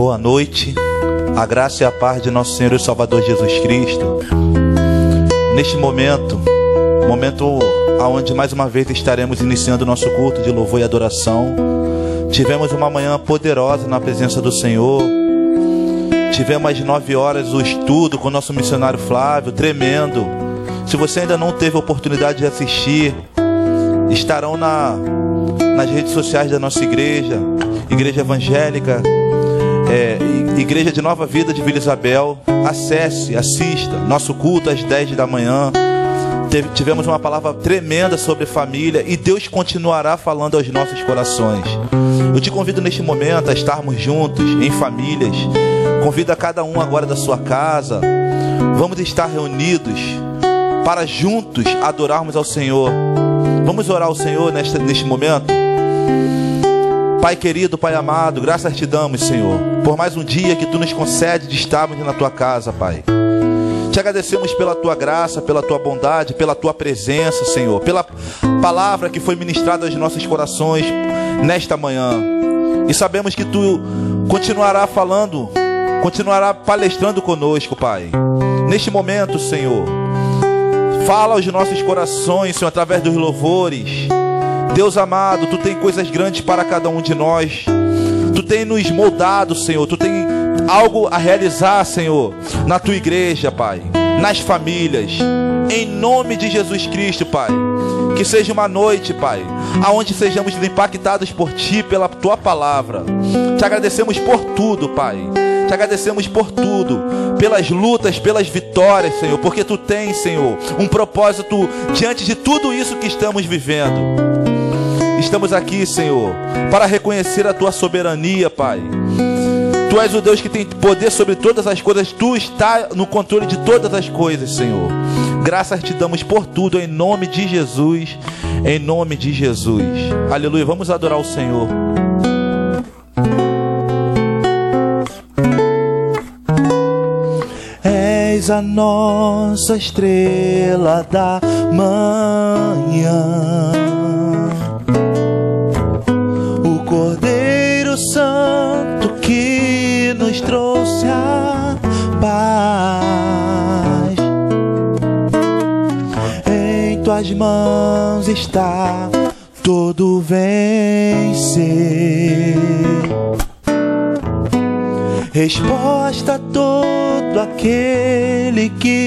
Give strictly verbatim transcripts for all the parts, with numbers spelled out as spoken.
Boa noite, a graça e a paz de nosso Senhor e Salvador Jesus Cristo. Neste momento, momento onde mais uma vez estaremos iniciando o nosso culto de louvor e adoração. Tivemos uma manhã poderosa na presença do Senhor. Tivemos às nove horas o estudo com o nosso missionário Flávio, tremendo. Se você ainda não teve a oportunidade de assistir, estarão na, nas redes sociais da nossa igreja, Igreja Evangélica, é, Igreja de Nova Vida de Vila Isabel. Acesse, assista, nosso culto às dez da manhã. Teve, tivemos uma palavra tremenda sobre família e Deus continuará falando aos nossos corações. Eu te convido neste momento a estarmos juntos, em famílias. Convido a cada um agora da sua casa. Vamos estar reunidos para juntos adorarmos ao Senhor. Vamos orar ao Senhor neste, neste momento. Pai querido, Pai amado, graças te damos, Senhor, por mais um dia que Tu nos concede de estarmos na Tua casa, Pai. Te agradecemos pela Tua graça, pela Tua bondade, pela Tua presença, Senhor, pela palavra que foi ministrada aos nossos corações nesta manhã. E sabemos que Tu continuará falando, continuará palestrando conosco, Pai. Neste momento, Senhor, fala aos nossos corações, Senhor, através dos louvores. Deus amado, Tu tem coisas grandes para cada um de nós. Tu tem nos moldado, Senhor. Tu tem algo a realizar, Senhor, na Tua igreja, Pai, nas famílias. Em nome de Jesus Cristo, Pai. Que seja uma noite, Pai, aonde sejamos impactados por Ti, pela Tua palavra. Te agradecemos por tudo, Pai. Te agradecemos por tudo, pelas lutas, pelas vitórias, Senhor, porque Tu tens, Senhor, um propósito diante de tudo isso que estamos vivendo. Estamos aqui, Senhor, para reconhecer a Tua soberania, Pai. Tu és o Deus que tem poder sobre todas as coisas. Tu está no controle de todas as coisas, Senhor. Graças te damos por tudo, em nome de Jesus. Em nome de Jesus. Aleluia. Vamos adorar o Senhor. És a nossa estrela da manhã, o Cordeiro Santo que nos trouxe a paz. Em Tuas mãos está todo vencer, resposta a todo aquele que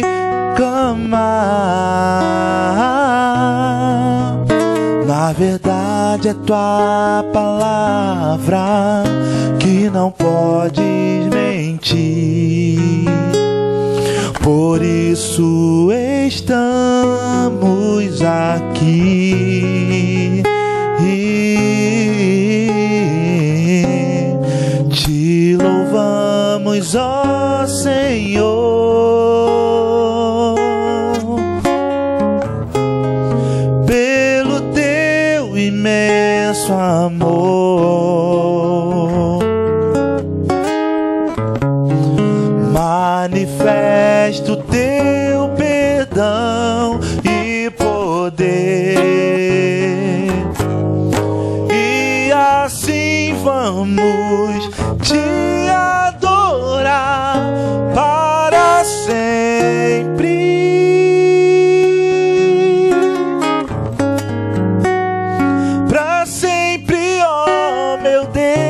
clama. Na verdade é Tua palavra que não podes mentir. Por isso estamos aqui. Te louvamos, ó Senhor, pelo Teu imenso amor. Manifesta o Teu perdão e poder, e assim vamos Te adorar para sempre. Para sempre, ó meu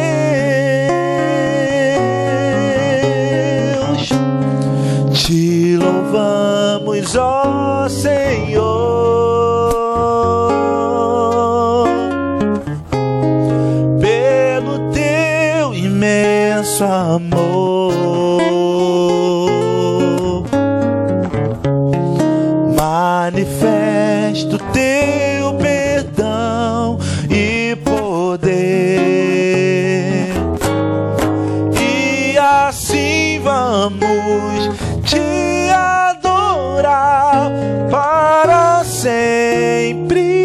Deus. Te louvamos, ó Senhor, pelo Teu imenso amor. Manifesta o Teu perdão e poder, e assim vamos Te adorar para sempre.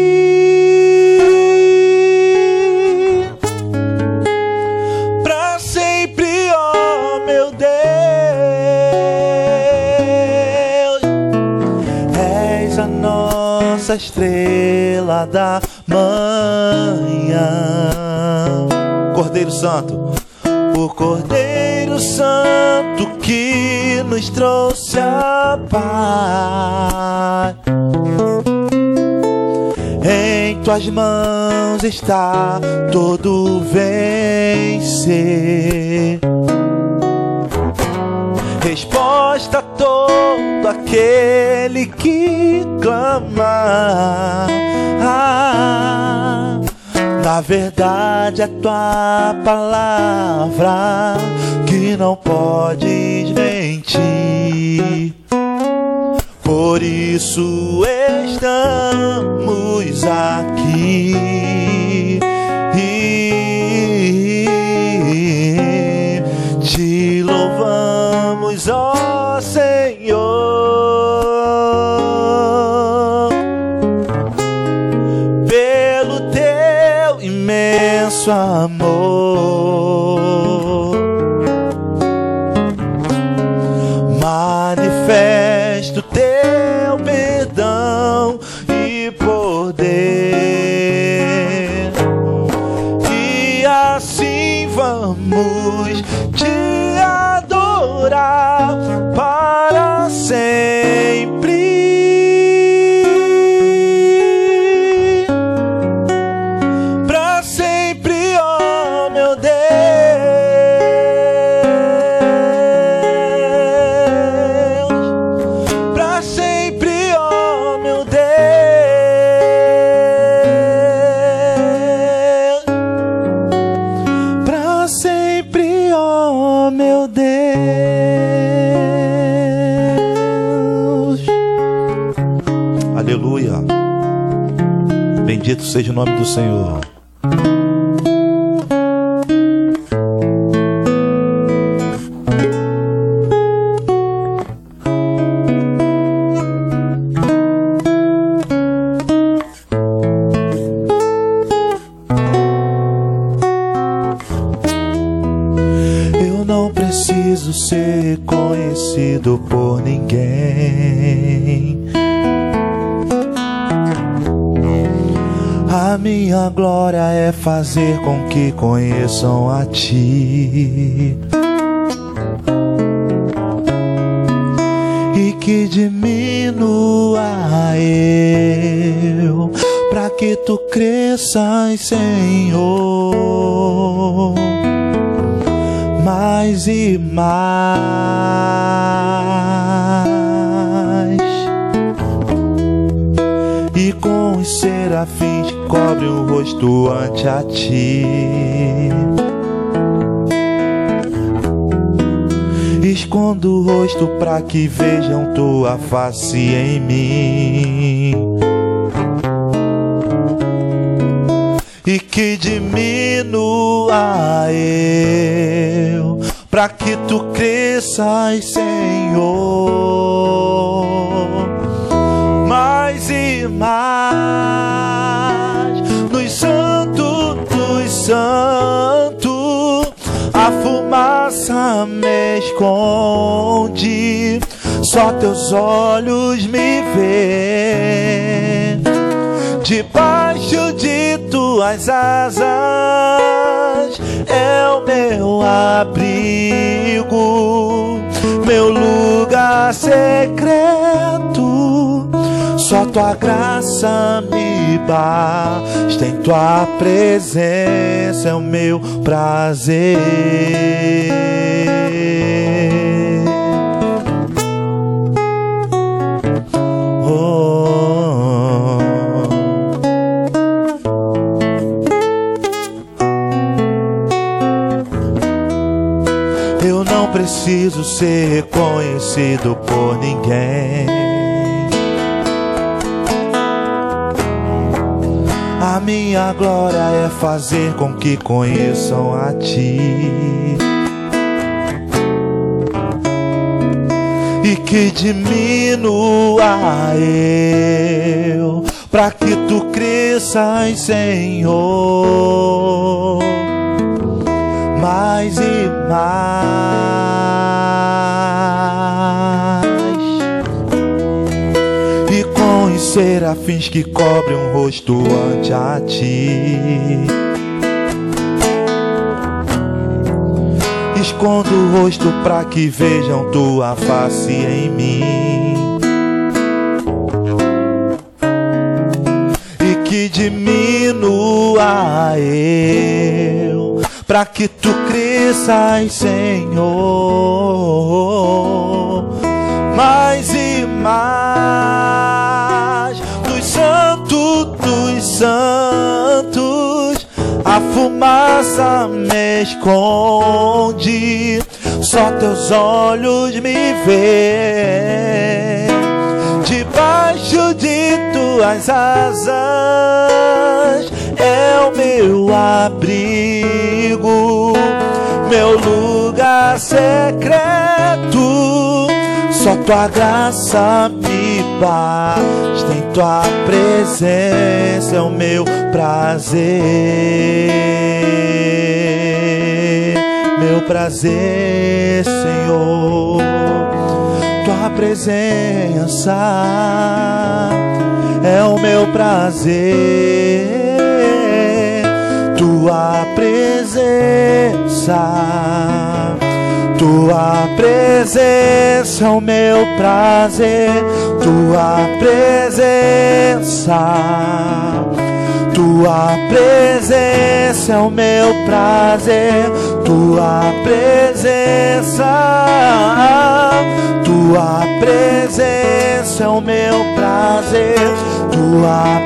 Para sempre, ó meu Deus. És a nossa estrela da manhã, Cordeiro Santo, o Cordeiro Espírito Santo que nos trouxe a paz. Em tuas mãos está todo vencer. Resposta a todo aquele que clama. Ah, na verdade é tua palavra que não podes mentir. Por isso estamos aqui e te louvamos, ó Senhor, pelo teu imenso amor. Manifesta o teu perdão e poder, e assim vamos te adorar para sempre. Para sempre, ó meu Deus. Para sempre, ó meu Deus. Para sempre, ó meu Deus. Aleluia. Bendito seja o nome do Senhor. Eu não preciso ser conhecido por ninguém. A minha glória é fazer com que conheçam a Ti, e que diminua eu, pra que Tu cresças, Senhor, mais e mais. E com os serafins que cobrem o rosto ante a Ti, escondo o rosto pra que vejam Tua face em mim, e que diminua eu, pra que Tu cresças, Senhor, mais e mais. Nos santos dos santos a fumaça me esconde, só Teus olhos me veem. Debaixo de Tuas asas é o meu abrigo, meu lugar secreto. Só Tua graça me basta, em Tua presença é o meu prazer. Oh. Eu não preciso ser reconhecido por ninguém. A minha glória é fazer com que conheçam a Ti, e que diminua eu, pra que Tu cresças, Senhor, mais e mais. E com os serafins que cobrem o rosto ante a Ti, escondo o rosto para que vejam tua face em mim, e que diminua eu, para que tu cresças, Senhor, mais e mais. Dos santos dos santos, a fumaça me esconde, só teus olhos me veem. Debaixo de tuas asas é o meu abrigo, meu lugar secreto. Só tua graça me basta, em tua presença é o meu prazer, meu prazer, Senhor. Tua presença é o meu prazer, tua presença, tua presença é o meu prazer, tua presença, tua presença é o meu prazer, tua presença, tua presença é o meu prazer, tua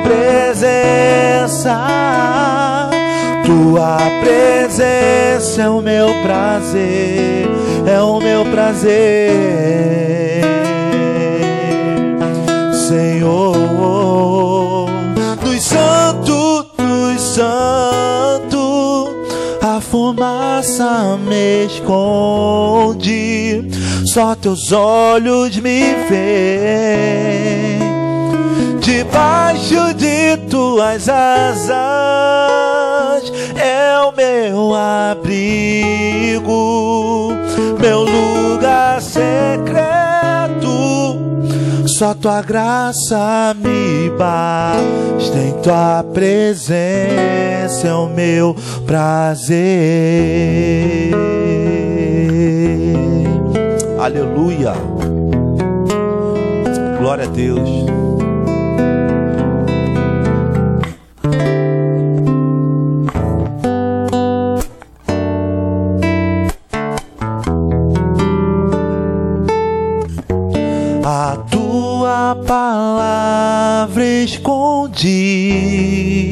presença, tua presença é o meu prazer, é o meu prazer, Senhor. Dos santos, dos santos, a fumaça me esconde, só teus olhos me veem. Debaixo de tuas asas é o meu abrigo, meu lugar secreto. Só tua graça me basta, em tua presença é o meu prazer. Aleluia. Glória a Deus. A tua palavra escondi,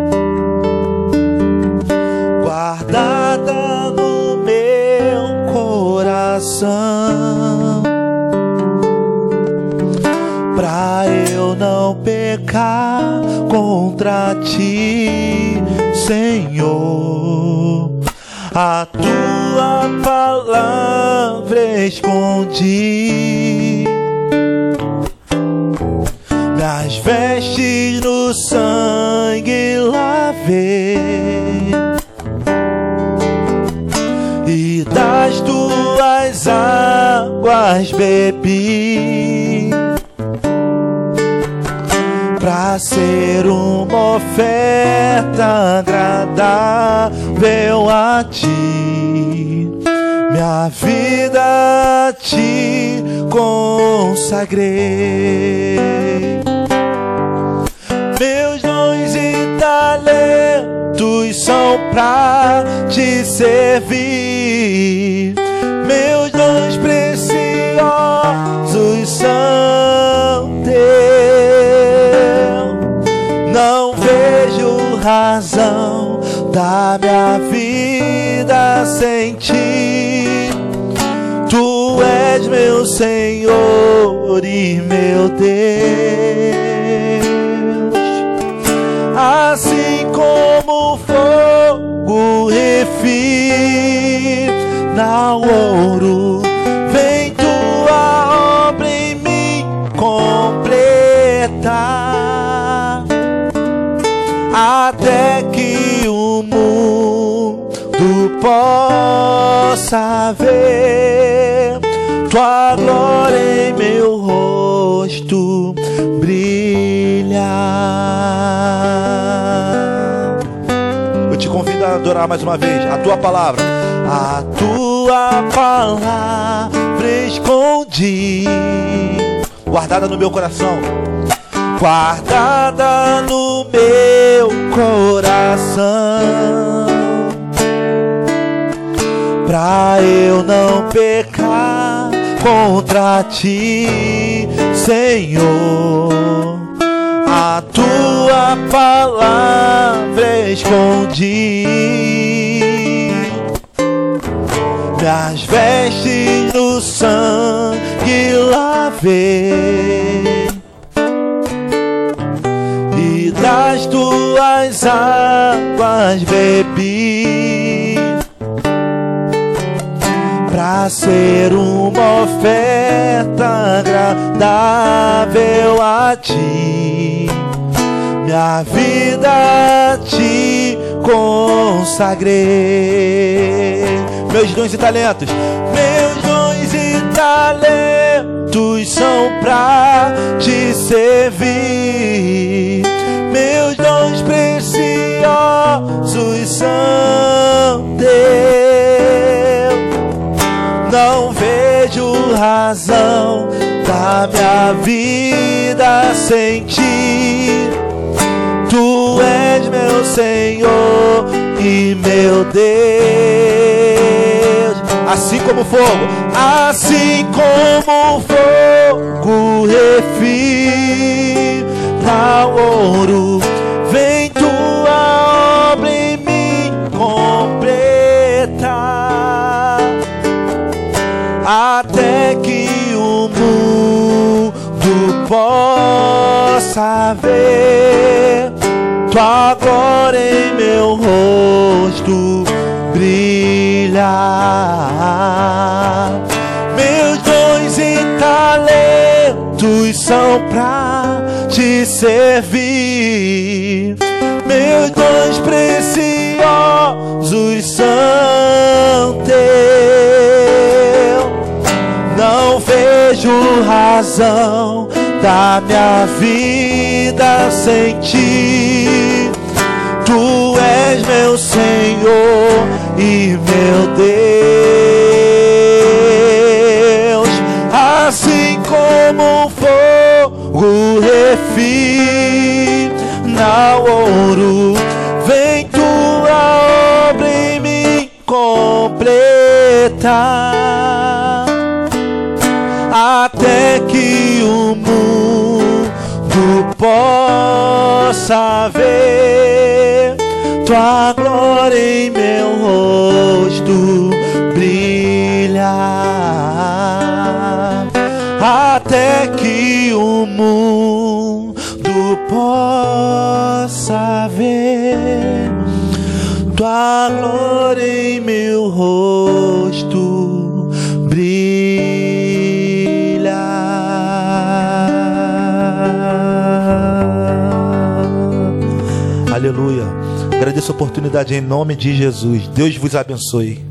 guardada no meu coração, pra eu não pecar contra ti, Senhor. A tua palavra escondi, as vestes no sangue lavei, e das tuas águas bebi, pra ser uma oferta agradável a ti. Minha vida a ti consagrei, meus dons e talentos são pra te servir, meus dons preciosos são teus. Não vejo razão da minha vida sem ti. Tu és meu Senhor e meu Deus. Assim como o fogo refina o ouro, vem tua obra em mim completar, até que o mundo possa ver tua glória em meu rosto brilhar. Eu te convido a adorar orar mais uma vez. A tua palavra. A tua palavra escondi, guardada no meu coração, guardada no meu coração, pra eu não pecar contra ti, Senhor. A tua palavra escondi, minhas vestes no sangue lavei, e das tuas águas bebi, pra ser uma oferta agradável a ti, minha vida te consagrei. Meus dons e talentos, meus dons e talentos são pra te servir. Meus dons preciosos são teus. Não vejo razão da minha vida sem ti. Tu és meu Senhor e meu Deus. Assim como fogo, assim como fogo refina o ouro, vem tua obra em mim completar, até que o mundo possa ver tua glória em meu rosto brilhar. Meus dons e talentos são pra te servir. Meus dons preciosos são teus. Não vejo razão da minha vida sem ti. Tu és meu Senhor e meu Deus. Assim como fogo refina o ouro, vem tua obra em mim completar, até que o mundo possa ver tua glória em meu rosto brilhar, até que o mundo possa ver tua glória em meu rosto brilhar. Aleluia. Agradeço a oportunidade em nome de Jesus. Deus vos abençoe.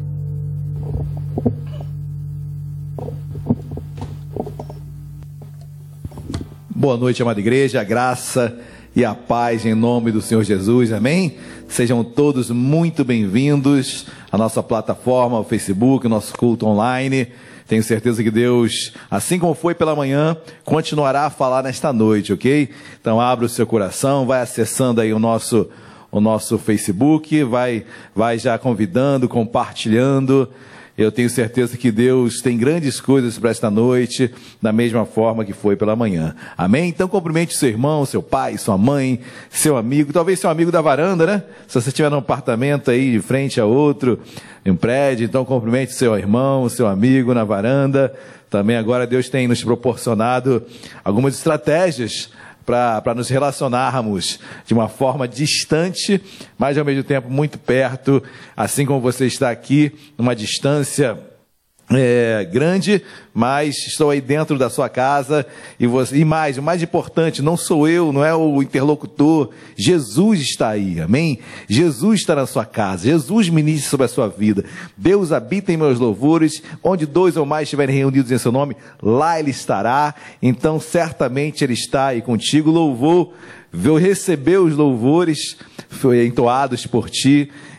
Boa noite, amada igreja, a graça e a paz em nome do Senhor Jesus, amém? Sejam todos muito bem-vindos à nossa plataforma, ao Facebook, nosso culto online. Tenho certeza que Deus, assim como foi pela manhã, continuará a falar nesta noite, ok? Então abra o seu coração, vai acessando aí o nosso, o nosso Facebook, vai, vai já convidando, compartilhando. Eu tenho certeza que Deus tem grandes coisas para esta noite, da mesma forma que foi pela manhã. Amém? Então cumprimente seu irmão, seu pai, sua mãe, seu amigo, talvez seu amigo da varanda, né? Se você estiver num apartamento aí de frente a outro, em um prédio, então cumprimente seu irmão, seu amigo na varanda. Também agora Deus tem nos proporcionado algumas estratégias para nos relacionarmos de uma forma distante, mas ao mesmo tempo muito perto, assim como você está aqui, numa distância é, grande, mas estou aí dentro da sua casa, e, você, e mais, o mais importante, não sou eu, não é o interlocutor, Jesus está aí, amém? Jesus está na sua casa, Jesus ministra sobre a sua vida, Deus habita em meus louvores, onde dois ou mais estiverem reunidos em seu nome, lá Ele estará, então certamente Ele está aí contigo. Louvor, vou receber os louvores foi entoados por ti,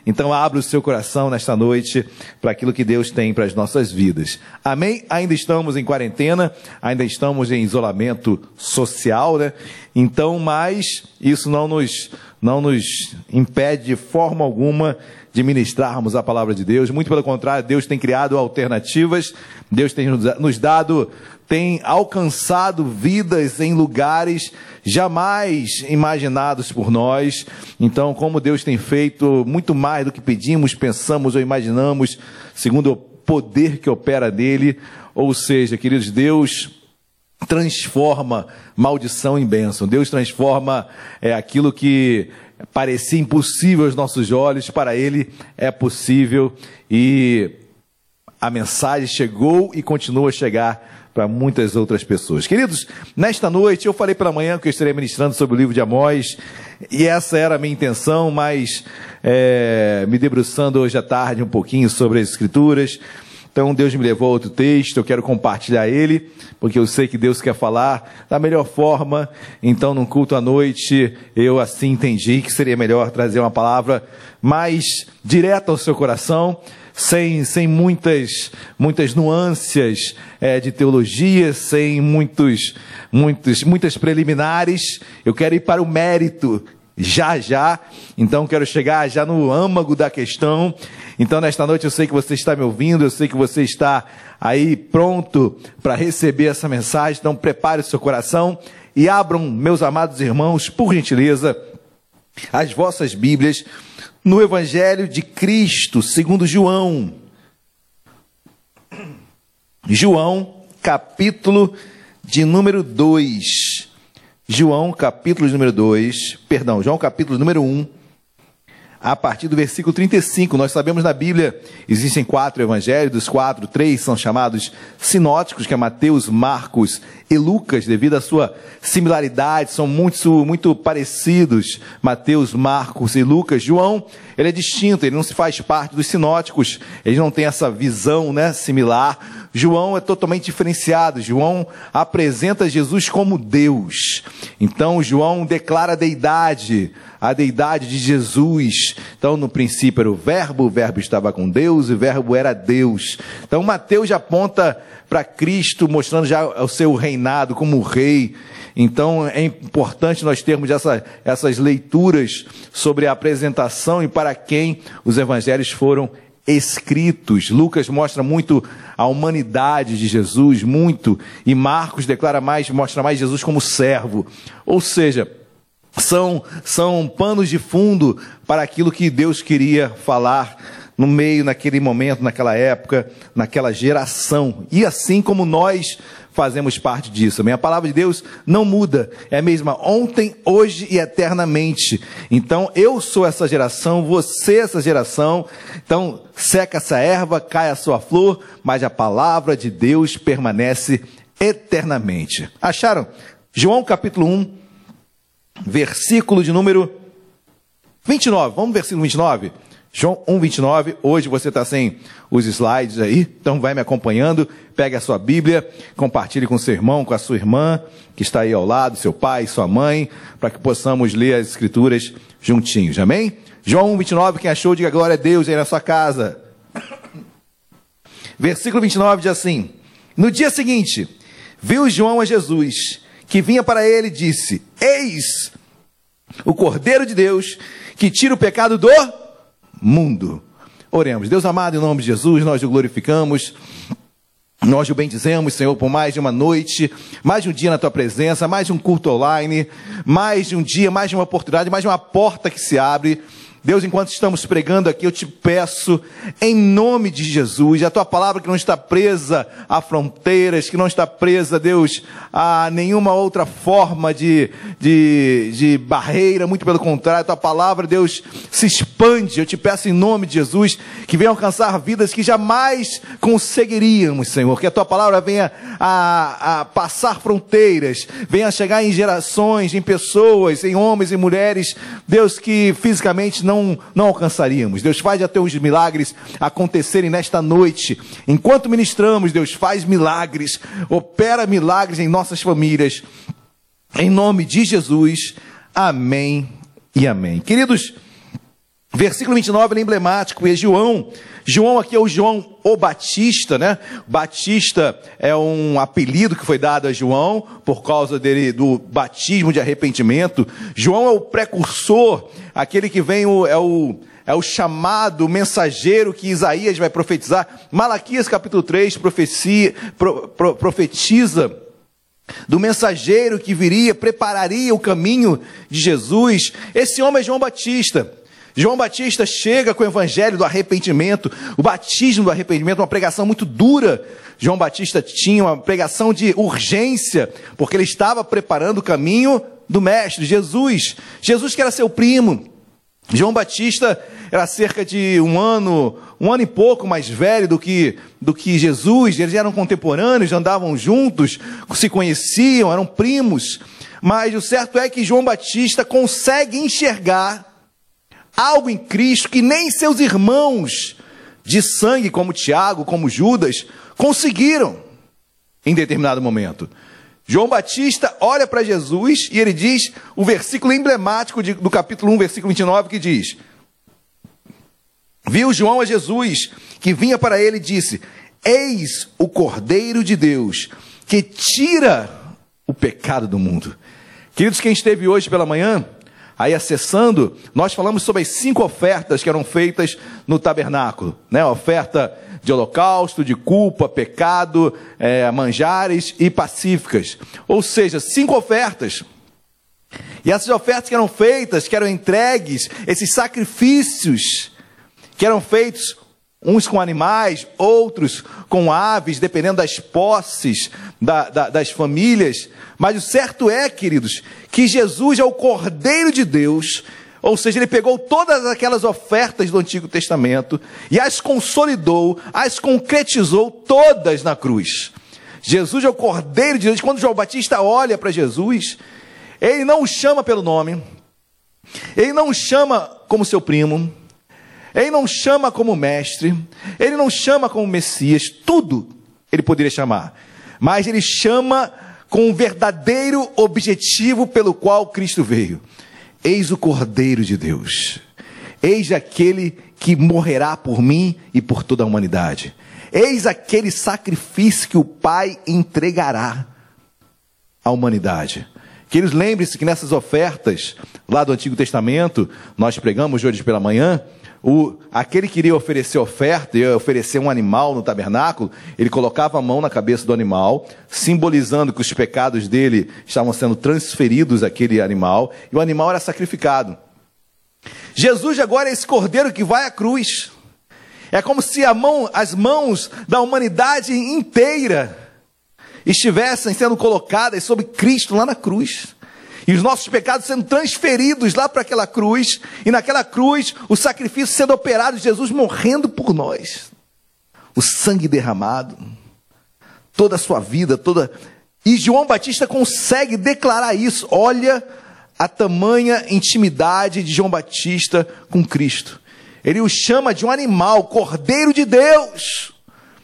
Então abra o seu coração nesta noite para aquilo que Deus tem para as nossas vidas. Amém? Ainda estamos em quarentena, ainda estamos em isolamento social, né? Então, mas isso não nos, não nos impede de forma alguma de ministrarmos a palavra de Deus. Muito pelo contrário, Deus tem criado alternativas, Deus tem nos dado, tem alcançado vidas em lugares jamais imaginados por nós. Então, como Deus tem feito muito mais do que pedimos, pensamos ou imaginamos, segundo o poder que opera nele. Ou seja, queridos, Deus transforma maldição em bênção. Deus transforma é, aquilo que parecia impossível aos nossos olhos, para Ele é possível, e a mensagem chegou e continua a chegar para muitas outras pessoas. Queridos, nesta noite eu falei pela manhã que eu estaria ministrando sobre o livro de Amós, e essa era a minha intenção, mas é, me debruçando hoje à tarde um pouquinho sobre as Escrituras. Então Deus me levou a outro texto, eu quero compartilhar ele, porque eu sei que Deus quer falar da melhor forma. Então, num culto à noite, eu assim entendi que seria melhor trazer uma palavra mais direta ao seu coração, sem, sem muitas, muitas nuances é, de teologia, sem muitos, muitos, muitas preliminares. Eu quero ir para o mérito já já, então quero chegar já no âmago da questão. Então nesta noite eu sei que você está me ouvindo, eu sei que você está aí pronto para receber essa mensagem. Então prepare o seu coração e abram, meus amados irmãos, por gentileza, as vossas Bíblias no Evangelho de Cristo segundo João. João, capítulo de número dois. João, capítulo número dois, perdão, João, capítulo número um, a partir do versículo trinta e cinco. Nós sabemos na Bíblia, existem quatro evangelhos, dos quatro, três são chamados sinóticos, que é Mateus, Marcos e Lucas, devido à sua similaridade, são muito, muito parecidos, Mateus, Marcos e Lucas. João, ele é distinto, ele não se faz parte dos sinóticos, ele não tem essa visão, né, similar. João é totalmente diferenciado. João apresenta Jesus como Deus. Então João declara a deidade, a deidade de Jesus. Então no princípio era o verbo, o verbo estava com Deus e o verbo era Deus. Então Mateus já aponta para Cristo, mostrando já o seu reinado como rei. Então é importante nós termos essa, essas leituras sobre a apresentação e para quem os evangelhos foram escritos. Lucas mostra muito a humanidade de Jesus, muito, e Marcos declara mais, mostra mais Jesus como servo. Ou seja, são, são panos de fundo para aquilo que Deus queria falar no meio, naquele momento, naquela época, naquela geração. E assim como nós fazemos parte disso. A palavra de Deus não muda, é a mesma ontem, hoje e eternamente. Então eu sou essa geração, você essa geração. Então seca essa erva, cai a sua flor, mas a palavra de Deus permanece eternamente. Acharam? João capítulo um, versículo de número vinte e nove. Vamos versículo vinte e nove? João um, vinte e nove, hoje você está sem os slides aí, então vai me acompanhando, pegue a sua Bíblia, compartilhe com seu irmão, com a sua irmã, que está aí ao lado, seu pai, sua mãe, para que possamos ler as Escrituras juntinhos, amém? João um, vinte e nove, quem achou, diga glória a Deus aí na sua casa. Versículo vinte e nove diz assim: no dia seguinte, viu João a Jesus, que vinha para ele e disse: eis o Cordeiro de Deus, que tira o pecado do mundo. Oremos. Deus amado, em nome de Jesus, nós o glorificamos, nós o bendizemos, Senhor, por mais de uma noite, mais de um dia na tua presença, mais de um culto online, mais de um dia, mais de uma oportunidade, mais de uma porta que se abre. Deus, enquanto estamos pregando aqui, eu te peço, em nome de Jesus, a tua palavra que não está presa a fronteiras, que não está presa, Deus, a nenhuma outra forma de, de, de barreira, muito pelo contrário, a tua palavra, Deus, se expande. Eu te peço em nome de Jesus, que venha alcançar vidas que jamais conseguiríamos, Senhor, que a tua palavra venha a, a passar fronteiras, venha chegar em gerações, em pessoas, em homens e mulheres, Deus, que fisicamente não Não, não alcançaríamos. Deus, faz até os milagres acontecerem nesta noite. Enquanto ministramos, Deus, faz milagres, opera milagres em nossas famílias. Em nome de Jesus, amém e amém. Queridos, Versículo vinte e nove é emblemático, e João, João aqui é o João o Batista, né? Batista é um apelido que foi dado a João, por causa dele, do batismo de arrependimento. João é o precursor, aquele que vem, o, é, o, é o chamado mensageiro que Isaías vai profetizar. Malaquias capítulo três, profecia, pro, pro, profetiza do mensageiro que viria, prepararia o caminho de Jesus. Esse homem é João Batista. João Batista chega com o evangelho do arrependimento, o batismo do arrependimento, uma pregação muito dura. João Batista tinha uma pregação de urgência, porque ele estava preparando o caminho do mestre, Jesus. Jesus que era seu primo. João Batista era cerca de um ano, um ano e pouco mais velho do que, do que Jesus. Eles eram contemporâneos, andavam juntos, se conheciam, eram primos. Mas o certo é que João Batista consegue enxergar algo em Cristo que nem seus irmãos de sangue, como Tiago, como Judas, conseguiram em determinado momento. João Batista olha para Jesus e ele diz o versículo emblemático de, do capítulo um, versículo vinte e nove, que diz: viu João a Jesus, que vinha para ele, e disse: eis o Cordeiro de Deus, que tira o pecado do mundo. Queridos, quem esteve hoje pela manhã aí acessando, nós falamos sobre as cinco ofertas que eram feitas no tabernáculo, né? Oferta de holocausto, de culpa, pecado, é, manjares e pacíficas. Ou seja, cinco ofertas. E essas ofertas que eram feitas, que eram entregues, esses sacrifícios que eram feitos, uns com animais, outros com aves, dependendo das posses da, da, das famílias. Mas o certo é, queridos, que Jesus é o Cordeiro de Deus, ou seja, ele pegou todas aquelas ofertas do Antigo Testamento e as consolidou, as concretizou todas na cruz. Jesus é o Cordeiro de Deus. Quando João Batista olha para Jesus, ele não o chama pelo nome, ele não o chama como seu primo, ele não chama como mestre, ele não chama como Messias, tudo ele poderia chamar, mas ele chama com o verdadeiro objetivo pelo qual Cristo veio. Eis o Cordeiro de Deus, eis aquele que morrerá por mim e por toda a humanidade, eis aquele sacrifício que o Pai entregará à humanidade. Queridos, lembre-se que nessas ofertas lá do Antigo Testamento, nós pregamos hoje pela manhã, O, aquele que iria oferecer oferta, ia oferecer um animal no tabernáculo, ele colocava a mão na cabeça do animal, simbolizando que os pecados dele estavam sendo transferidos àquele animal, e o animal era sacrificado. Jesus agora é esse cordeiro que vai à cruz. É como se a mão, as mãos da humanidade inteira estivessem sendo colocadas sobre Cristo lá na cruz. E os nossos pecados sendo transferidos lá para aquela cruz. E naquela cruz, o sacrifício sendo operado, Jesus morrendo por nós. O sangue derramado. Toda a sua vida, toda... E João Batista consegue declarar isso. Olha a tamanha intimidade de João Batista com Cristo. Ele o chama de um animal, Cordeiro de Deus.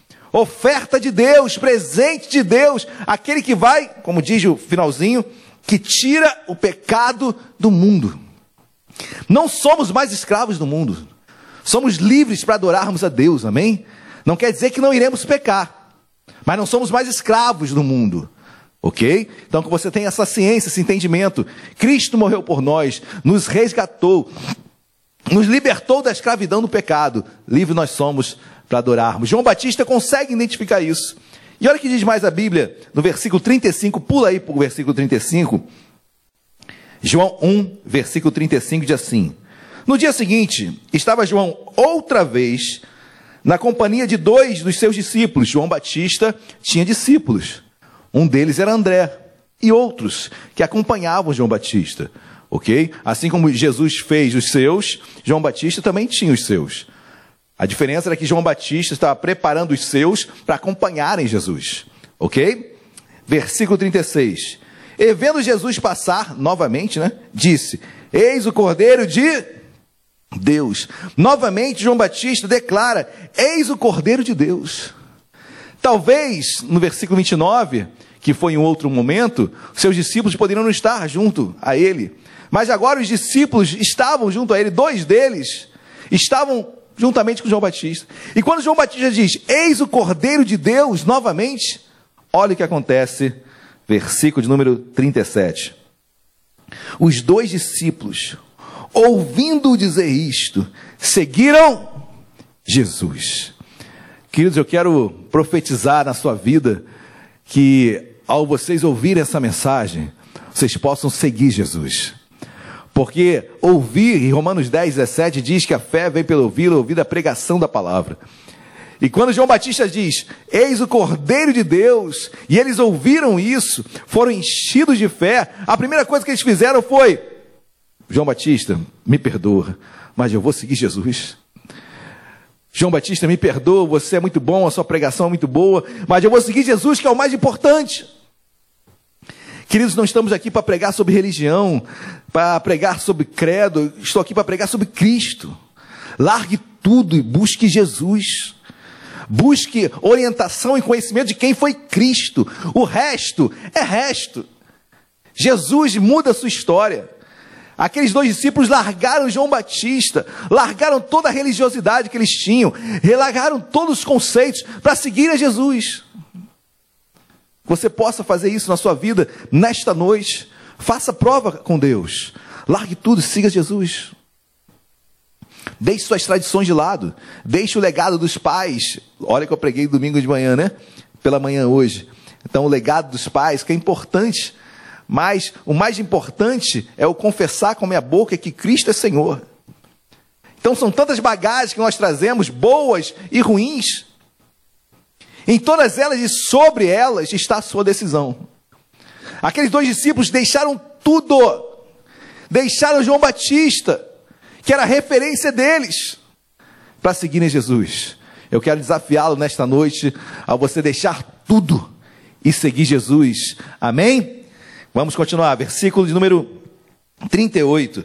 Oferta de Deus, presente de Deus. Aquele que vai, como diz o finalzinho, que tira o pecado do mundo. Não somos mais escravos do mundo. Somos livres para adorarmos a Deus, amém? Não quer dizer que não iremos pecar, mas não somos mais escravos do mundo, ok? Então que você tenha essa ciência, esse entendimento. Cristo morreu por nós, nos resgatou, nos libertou da escravidão do pecado. Livres nós somos para adorarmos. João Batista consegue identificar isso. E olha o que diz mais a Bíblia, no versículo trinta e cinco, pula aí para o versículo trinta e cinco. João um, versículo trinta e cinco, diz assim: no dia seguinte, estava João outra vez na companhia de dois dos seus discípulos. João Batista tinha discípulos. Um deles era André, e outros que acompanhavam João Batista, ok? Assim como Jesus fez os seus, João Batista também tinha os seus. A diferença era que João Batista estava preparando os seus para acompanharem Jesus, ok? Versículo trinta e seis. E vendo Jesus passar, novamente, né? Disse: eis o Cordeiro de Deus. Novamente João Batista declara: eis o Cordeiro de Deus. Talvez, no versículo vinte e nove, que foi em outro momento, seus discípulos poderiam não estar junto a ele. Mas agora os discípulos estavam junto a ele, dois deles. estavam juntamente com João Batista. E quando João Batista diz, eis o Cordeiro de Deus, novamente, olha o que acontece, versículo de número trinta e sete. Os dois discípulos, ouvindo dizer isto, seguiram Jesus. Queridos, eu quero profetizar na sua vida que ao vocês ouvirem essa mensagem, vocês possam seguir Jesus. Porque ouvir, em Romanos dez, dezessete, diz que a fé vem pelo ouvir, ouvir a pregação da palavra. E quando João Batista diz, eis o Cordeiro de Deus, e eles ouviram isso, foram enchidos de fé, a primeira coisa que eles fizeram foi, João Batista, me perdoa, mas eu vou seguir Jesus. João Batista, me perdoa, você é muito bom, a sua pregação é muito boa, mas eu vou seguir Jesus, que é o mais importante. Queridos, não estamos aqui para pregar sobre religião, para pregar sobre credo, estou aqui para pregar sobre Cristo. Largue tudo e busque Jesus. Busque orientação e conhecimento de quem foi Cristo. O resto é resto. Jesus muda a sua história. Aqueles dois discípulos largaram João Batista, largaram toda a religiosidade que eles tinham, largaram todos os conceitos para seguir a Jesus. Você possa fazer isso na sua vida nesta noite. Faça prova com Deus. Largue tudo e siga Jesus. Deixe suas tradições de lado. Deixe o legado dos pais. Olha que eu preguei domingo de manhã, né? Pela manhã hoje. Então o legado dos pais, que é importante. Mas o mais importante é o confessar com a minha boca que Cristo é Senhor. Então são tantas bagagens que nós trazemos, boas e ruins. Em todas elas e sobre elas está a sua decisão. Aqueles dois discípulos deixaram tudo. Deixaram João Batista, que era a referência deles, para seguirem Jesus. Eu quero desafiá-lo nesta noite a você deixar tudo e seguir Jesus. Amém? Vamos continuar. Versículo de número trinta e oito.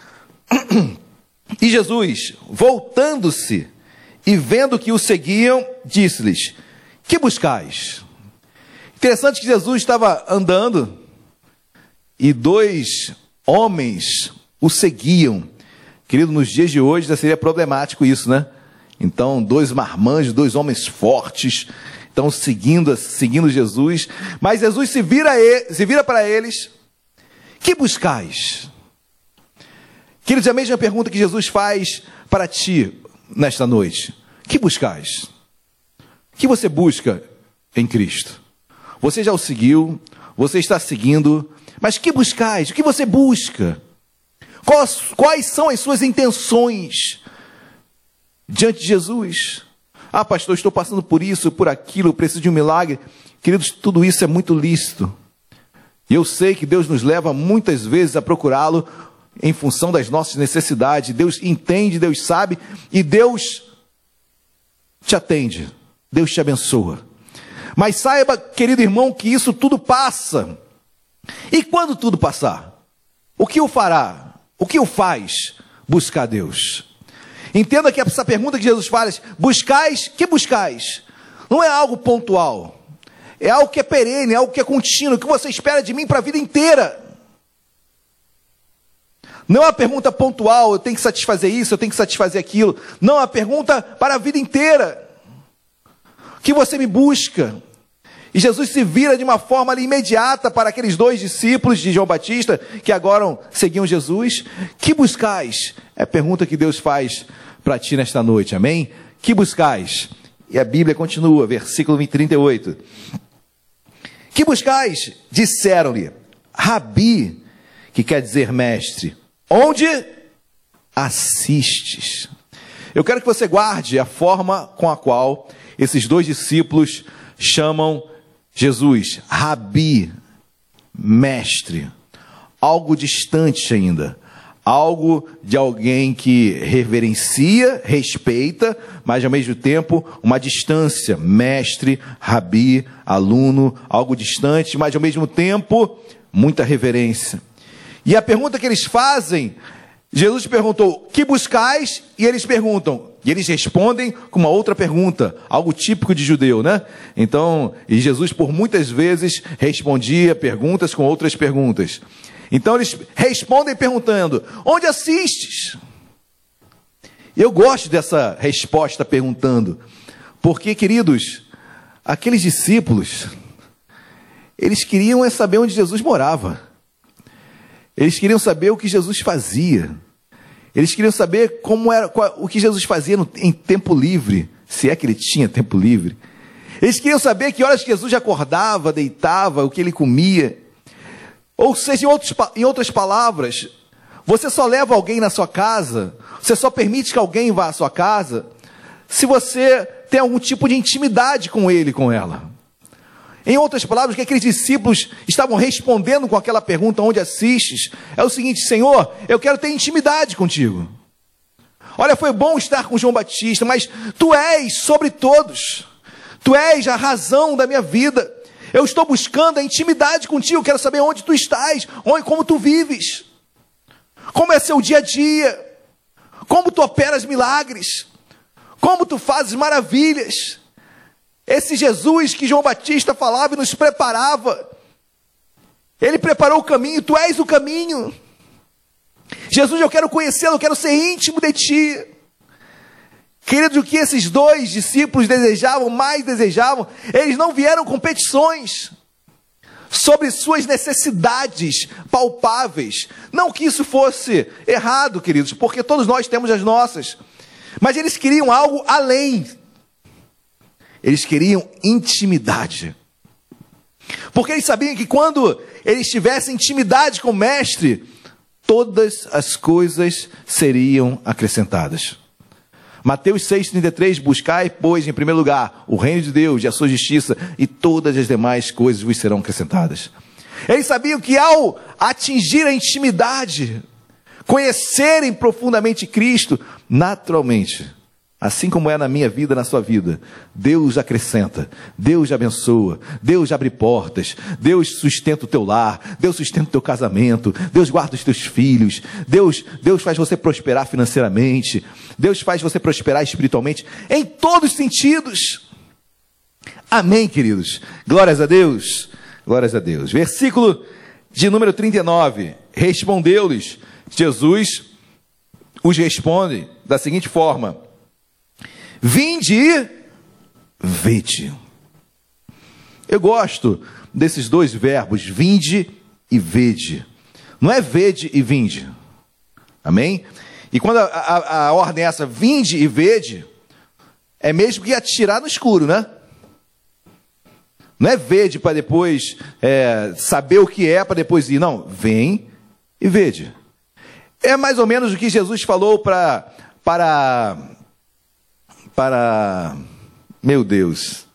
E Jesus, voltando-se e vendo que o seguiam, disse-lhes, que buscais? Interessante que Jesus estava andando e dois homens o seguiam. Querido, nos dias de hoje já seria problemático isso, né? Então, dois marmanjos, dois homens fortes, estão seguindo, seguindo Jesus. Mas Jesus se vira, se vira para eles. Que buscais? Queridos, é a mesma pergunta que Jesus faz para ti nesta noite. Que buscais? O que você busca em Cristo? Você já o seguiu, você está seguindo, mas que buscais? O que você busca? Quais, quais são as suas intenções diante de Jesus? Ah, pastor, estou passando por isso, por aquilo, preciso de um milagre. Queridos, tudo isso é muito lícito. E eu sei que Deus nos leva muitas vezes a procurá-lo em função das nossas necessidades. Deus entende, Deus sabe, e Deus te atende. Deus te abençoa. Mas saiba, querido irmão, que isso tudo passa. E quando tudo passar, o que o fará? O que o faz buscar Deus? Entenda que essa pergunta que Jesus faz, buscais, que buscais? Não é algo pontual. É algo que é perene, é algo que é contínuo, que você espera de mim para a vida inteira. Não é uma pergunta pontual, eu tenho que satisfazer isso, eu tenho que satisfazer aquilo. Não, é uma pergunta para a vida inteira. Que você me busca. E Jesus se vira de uma forma ali imediata para aqueles dois discípulos de João Batista, que agora seguiam Jesus. Que buscais? É a pergunta que Deus faz para ti nesta noite, amém? Que buscais? E a Bíblia continua, versículo trinta e oito. Que buscais? Disseram-lhe, Rabi, que quer dizer mestre, onde assistes? Eu quero que você guarde a forma com a qual esses dois discípulos chamam Jesus, Rabi, mestre, algo distante ainda, algo de alguém que reverencia, respeita, mas ao mesmo tempo uma distância, mestre, Rabi, aluno, algo distante, mas ao mesmo tempo muita reverência. E a pergunta que eles fazem, Jesus perguntou, que buscais? E eles perguntam, e eles respondem com uma outra pergunta, algo típico de judeu, né? Então, e Jesus por muitas vezes respondia perguntas com outras perguntas. Então eles respondem perguntando, onde assistes? Eu gosto dessa resposta perguntando, porque, queridos, aqueles discípulos, eles queriam é saber onde Jesus morava. Eles queriam saber o que Jesus fazia. Eles queriam saber como era, qual, o que Jesus fazia no, em tempo livre, se é que ele tinha tempo livre. Eles queriam saber que horas Jesus acordava, deitava, o que ele comia. Ou seja, em, outros, em outras palavras, você só leva alguém na sua casa, você só permite que alguém vá à sua casa, se você tem algum tipo de intimidade com ele, com ela. Em outras palavras, o que aqueles discípulos estavam respondendo com aquela pergunta, onde assistes, é o seguinte: Senhor, eu quero ter intimidade contigo. Olha, foi bom estar com João Batista, mas tu és sobre todos. Tu és a razão da minha vida. Eu estou buscando a intimidade contigo, quero saber onde tu estás, onde, como tu vives. Como é seu dia a dia? Como tu operas milagres? Como tu fazes maravilhas? Esse Jesus que João Batista falava e nos preparava, ele preparou o caminho, tu és o caminho. Jesus, eu quero conhecê-lo, eu quero ser íntimo de ti. Queridos, o que esses dois discípulos desejavam, mais desejavam, eles não vieram com petições sobre suas necessidades palpáveis. Não que isso fosse errado, queridos, porque todos nós temos as nossas. Mas eles queriam algo além. Eles queriam intimidade. Porque eles sabiam que quando eles tivessem intimidade com o Mestre, todas as coisas seriam acrescentadas. Mateus seis, trinta e três, buscai, pois, em primeiro lugar, o reino de Deus e a sua justiça, e todas as demais coisas vos serão acrescentadas. Eles sabiam que ao atingir a intimidade, conhecerem profundamente Cristo, naturalmente, assim como é na minha vida, na sua vida, Deus acrescenta, Deus abençoa, Deus abre portas, Deus sustenta o teu lar, Deus sustenta o teu casamento, Deus guarda os teus filhos, Deus, Deus faz você prosperar financeiramente, Deus faz você prosperar espiritualmente, em todos os sentidos. Amém, queridos? Glórias a Deus, glórias a Deus. Versículo de número trinta e nove, respondeu-lhes, Jesus os responde da seguinte forma: vinde e vede. Eu gosto desses dois verbos, vinde e vede. Não é vede e vinde. Amém? E quando a, a, a ordem é essa, vinde e vede, é mesmo que atirar no escuro, né? Não é vede para depois é, saber o que é para depois ir. Não, vem e vede. É mais ou menos o que Jesus falou para... para Para, meu Deus,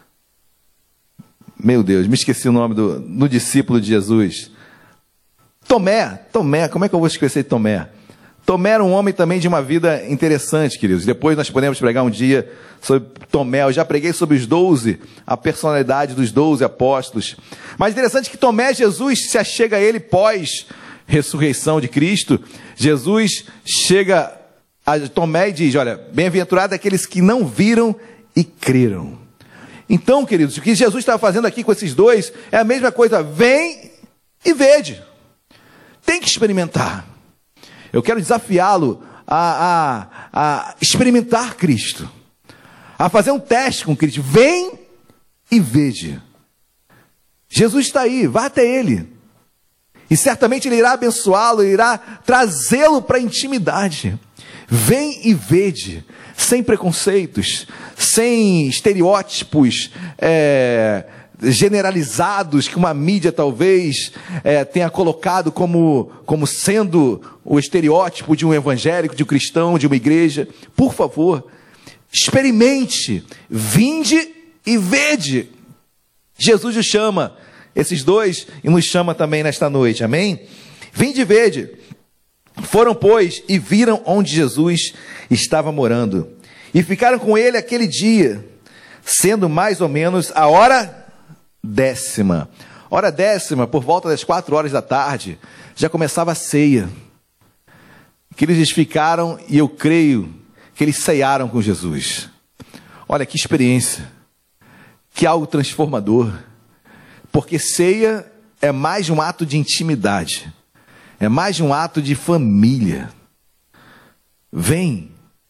meu Deus, me esqueci o nome do, do discípulo de Jesus. Tomé, Tomé, como é que eu vou esquecer de Tomé? Tomé era um homem também de uma vida interessante, queridos. Depois nós podemos pregar um dia sobre Tomé. Eu já preguei sobre os doze, a personalidade dos doze apóstolos. Mas interessante que Tomé, Jesus se achega a ele pós ressurreição de Cristo. Jesus chega a Tomé e diz, olha, bem-aventurado aqueles que não viram e creram. Então, queridos, o que Jesus estava fazendo aqui com esses dois é a mesma coisa, vem e vede. Tem que experimentar. Eu quero desafiá-lo a, a, a experimentar Cristo, a fazer um teste com Cristo. Vem e vede. Jesus está aí, vá até Ele. E certamente Ele irá abençoá-lo, irá trazê-lo para a intimidade. Vem e vede, sem preconceitos, sem estereótipos é, generalizados que uma mídia talvez é, tenha colocado como, como sendo o estereótipo de um evangélico, de um cristão, de uma igreja. Por favor, experimente, vinde e vede. Jesus os chama, esses dois, e nos chama também nesta noite, amém? Vinde e vede. Foram, pois, e viram onde Jesus estava morando, e ficaram com ele aquele dia, sendo mais ou menos a hora décima. Hora décima, por volta das quatro horas da tarde, já começava a ceia. Que eles ficaram, e eu creio que eles ceiaram com Jesus. Olha que experiência, que algo transformador, porque ceia é mais um ato de intimidade. É mais um ato de família. Vem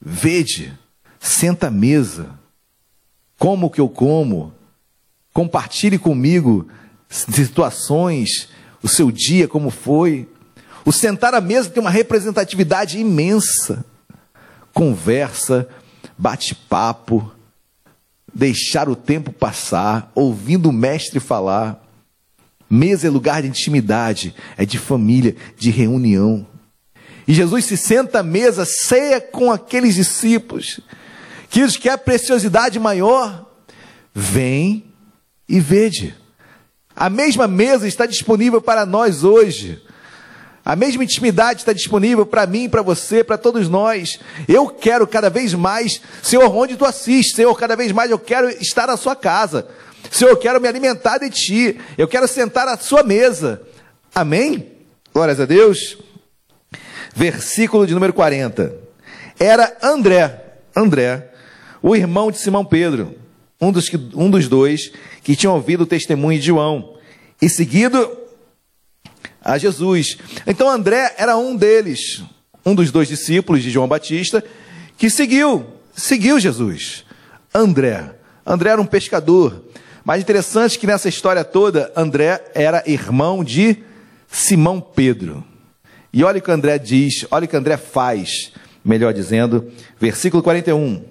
vede, senta à mesa, como o que eu como, compartilhe comigo situações, o seu dia como foi. O sentar à mesa tem uma representatividade imensa. Conversa, bate-papo, deixar o tempo passar, ouvindo o mestre falar. Mesa é lugar de intimidade, é de família, de reunião. E Jesus se senta à mesa, ceia com aqueles discípulos. Queridos, que a preciosidade maior, vem e vede. A mesma mesa está disponível para nós hoje. A mesma intimidade está disponível para mim, para você, para todos nós. Eu quero cada vez mais, Senhor, onde tu assistes, Senhor, cada vez mais eu quero estar na sua casa. Senhor, eu quero me alimentar de ti, eu quero sentar à sua mesa. Amém? Glórias a Deus. Versículo de número quarenta. Era André, André, o irmão de Simão Pedro, um dos, que, um dos dois que tinham ouvido o testemunho de João e seguido a Jesus. Então André era um deles, um dos dois discípulos de João Batista, que seguiu, seguiu Jesus. André, André era um pescador. Mais interessante que nessa história toda, André era irmão de Simão Pedro. E olha o que André diz, olha o que André faz, melhor dizendo, versículo quarenta e um.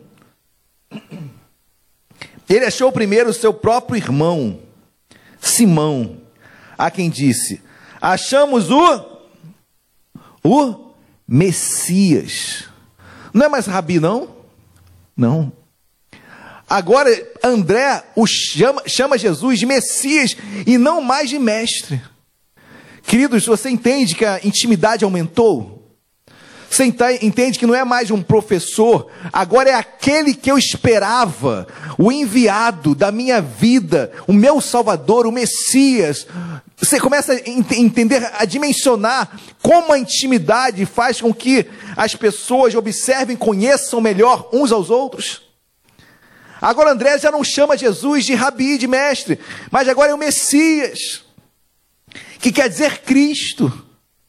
Ele achou primeiro o seu próprio irmão, Simão, a quem disse: achamos o, o Messias. Não é mais Rabi, não? Não. Agora, André o chama, chama Jesus de Messias e não mais de mestre. Queridos, você entende que a intimidade aumentou? Você entende que não é mais um professor, agora é aquele que eu esperava, o enviado da minha vida, o meu Salvador, o Messias. Você começa a entender, a dimensionar como a intimidade faz com que as pessoas observem, conheçam melhor uns aos outros. Agora André já não chama Jesus de Rabi, de mestre, mas agora é o Messias, que quer dizer Cristo.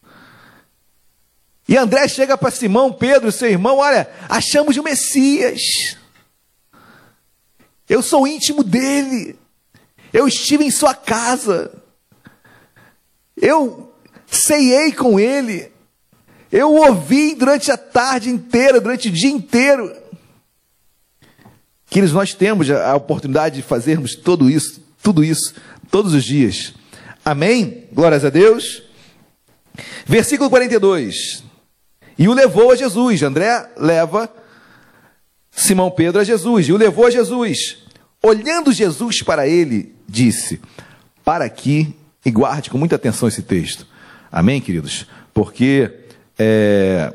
E André chega para Simão Pedro, seu irmão: olha, achamos o Messias. Eu sou íntimo dele. Eu estive em sua casa. Eu ceiei com ele. Eu o ouvi durante a tarde inteira, durante o dia inteiro. Queridos, nós temos a oportunidade de fazermos tudo isso, tudo isso, todos os dias. Amém? Glórias a Deus. Versículo quarenta e dois. E o levou a Jesus. André leva Simão Pedro a Jesus. E o levou a Jesus. Olhando Jesus para ele, disse: para aqui, e guarde com muita atenção esse texto. Amém, queridos? Porque é,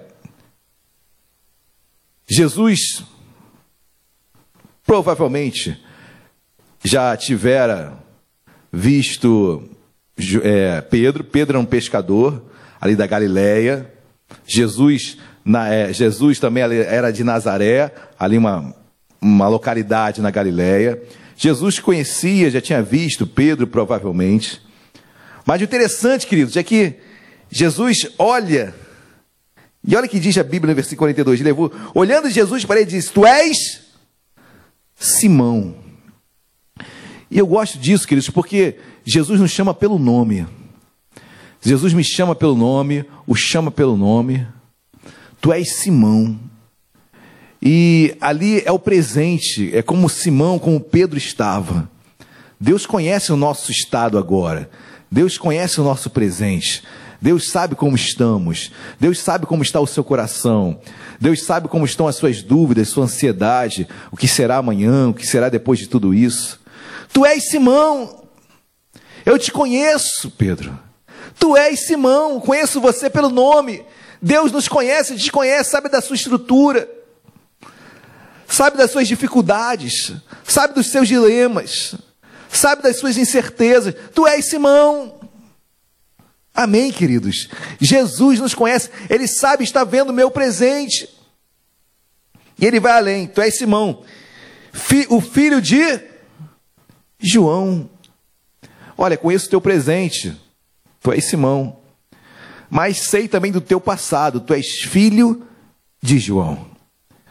Jesus provavelmente já tivera visto é, Pedro. Pedro era um pescador ali da Galileia. Jesus, na, é, Jesus também era de Nazaré, ali uma, uma localidade na Galileia. Jesus conhecia, já tinha visto Pedro provavelmente. Mas o interessante, queridos, é que Jesus olha, e olha o que diz a Bíblia no versículo quarenta e dois, levou, olhando Jesus para ele, diz: tu és Simão. E eu gosto disso, queridos, porque Jesus nos chama pelo nome. Jesus me chama pelo nome, o chama pelo nome. Tu és Simão. E ali é o presente, é como Simão, como Pedro estava. Deus conhece o nosso estado agora. Deus conhece o nosso presente. Deus sabe como estamos. Deus sabe como está o seu coração. Deus sabe como estão as suas dúvidas, sua ansiedade, o que será amanhã, o que será depois de tudo isso. Tu és Simão. Eu te conheço, Pedro. Tu és Simão, conheço você pelo nome. Deus nos conhece, te conhece, sabe da sua estrutura, sabe das suas dificuldades, sabe dos seus dilemas, sabe das suas incertezas. Tu és Simão. Amém, queridos? Jesus nos conhece, Ele sabe, está vendo o meu presente. E Ele vai além. Tu és Simão, fi, o filho de João. Olha, conheço o teu presente. Tu és Simão, mas sei também do teu passado. Tu és filho de João.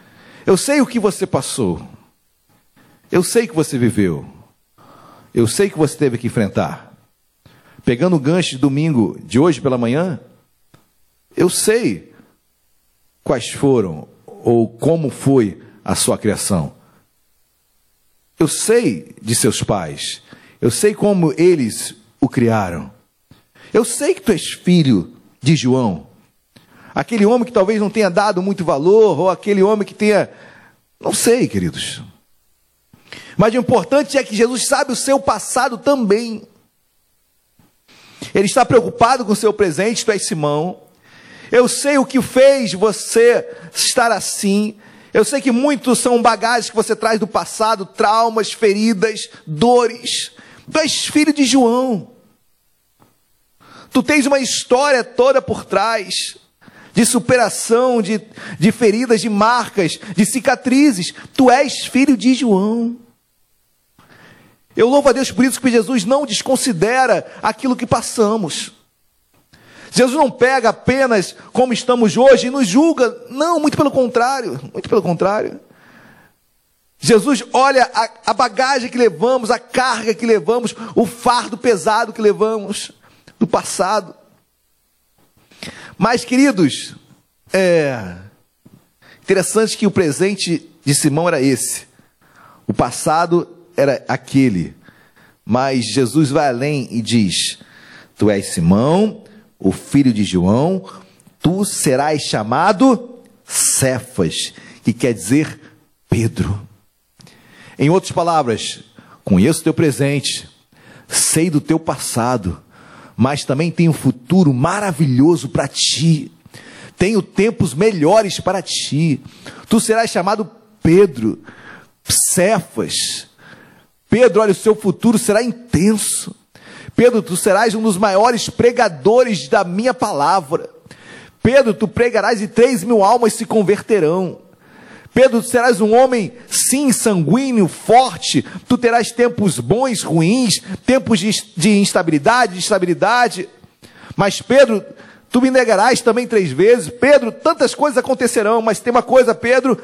Eu sei o que você passou. Eu sei que você viveu. Eu sei que você teve que enfrentar. Pegando o gancho de domingo de hoje pela manhã, eu sei quais foram ou como foi a sua criação. Eu sei de seus pais. Eu sei como eles o criaram. Eu sei que tu és filho de João. Aquele homem que talvez não tenha dado muito valor, ou aquele homem que tenha... Não sei, queridos. Mas o importante é que Jesus sabe o seu passado também. Ele está preocupado com o seu presente, tu és Simão. Eu sei o que fez você estar assim. Eu sei que muitos são bagagens que você traz do passado, traumas, feridas, dores. Tu és filho de João. Tu tens uma história toda por trás, de superação, de, de feridas, de marcas, de cicatrizes. Tu és filho de João. Eu louvo a Deus por isso que Jesus não desconsidera aquilo que passamos. Jesus não pega apenas como estamos hoje e nos julga. Não, muito pelo contrário, muito pelo contrário. Jesus olha a, a bagagem que levamos, a carga que levamos, o fardo pesado que levamos do passado. Mas, queridos, é interessante que o presente de Simão era esse. O passado era aquele. Mas Jesus vai além e diz: tu és Simão, o filho de João, tu serás chamado Cefas, que quer dizer Pedro. Em outras palavras, conheço o teu presente, sei do teu passado, mas também tenho um futuro maravilhoso para ti. Tenho tempos melhores para ti. Tu serás chamado Pedro, Cefas. Pedro, olha, o seu futuro será intenso. Pedro, tu serás um dos maiores pregadores da minha palavra. Pedro, tu pregarás e três mil almas se converterão. Pedro, tu serás um homem, sim, sanguíneo, forte. Tu terás tempos bons, ruins, tempos de, de instabilidade, de estabilidade. Mas Pedro, tu me negarás também três vezes. Pedro, tantas coisas acontecerão, mas tem uma coisa, Pedro,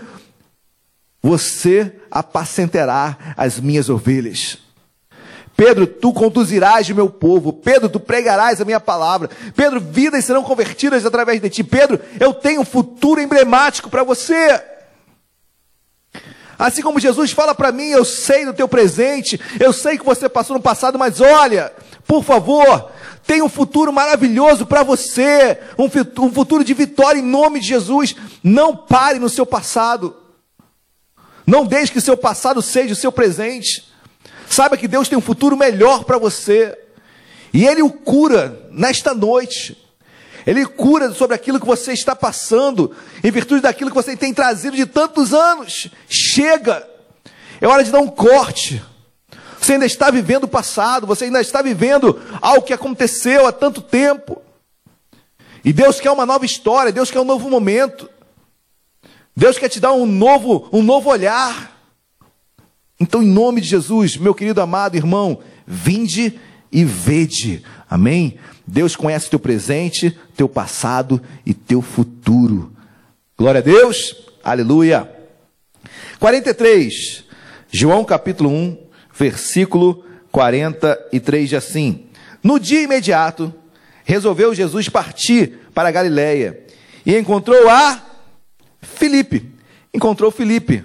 você apacentará as minhas ovelhas. Pedro, tu conduzirás o meu povo. Pedro, tu pregarás a minha palavra. Pedro, vidas serão convertidas através de ti. Pedro, eu tenho um futuro emblemático para você. Assim como Jesus fala para mim, eu sei do teu presente, eu sei que você passou no passado, mas olha, por favor, tem um futuro maravilhoso para você, um futuro de vitória em nome de Jesus. Não pare no seu passado. Não deixe que o seu passado seja o seu presente. Saiba que Deus tem um futuro melhor para você. E Ele o cura nesta noite. Ele cura sobre aquilo que você está passando, em virtude daquilo que você tem trazido de tantos anos. Chega! É hora de dar um corte. Você ainda está vivendo o passado, você ainda está vivendo algo que aconteceu há tanto tempo. E Deus quer uma nova história, Deus quer um novo momento. Deus quer te dar um novo, um novo olhar. Então, em nome de Jesus, meu querido amado irmão, vinde e vede. Amém? Deus conhece teu presente, teu passado e teu futuro. Glória a Deus. Aleluia. quarenta e três. João capítulo um, versículo quarenta e três, diz assim: no dia imediato, resolveu Jesus partir para a Galiléia e encontrou a Filipe. Encontrou Filipe.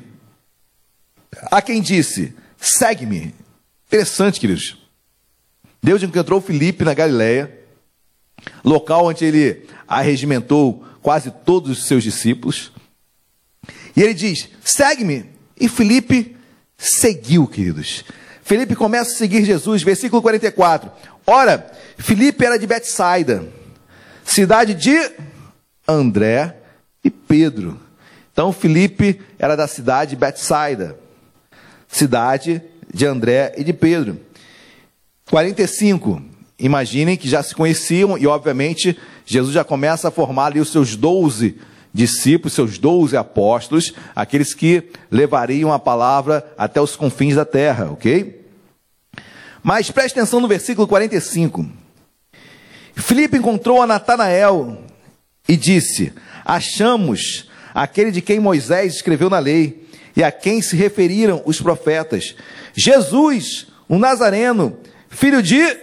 A quem disse: segue-me. Interessante, queridos. Deus encontrou Filipe na Galiléia, local onde ele arregimentou quase todos os seus discípulos. E ele diz: segue-me. E Filipe seguiu, queridos. Filipe começa a seguir Jesus, versículo quarenta e quatro. Ora, Filipe era de Betsaida, cidade de André e Pedro. Então, Filipe era da cidade de Betsaida, cidade de André e de Pedro. quarenta e cinco. Imaginem que já se conheciam e, obviamente, Jesus já começa a formar ali os seus doze discípulos, seus doze apóstolos, aqueles que levariam a palavra até os confins da terra, ok? Mas preste atenção no versículo quarenta e cinco. Filipe encontrou a Natanael e disse: achamos aquele de quem Moisés escreveu na lei, e a quem se referiram os profetas, Jesus, um nazareno, filho de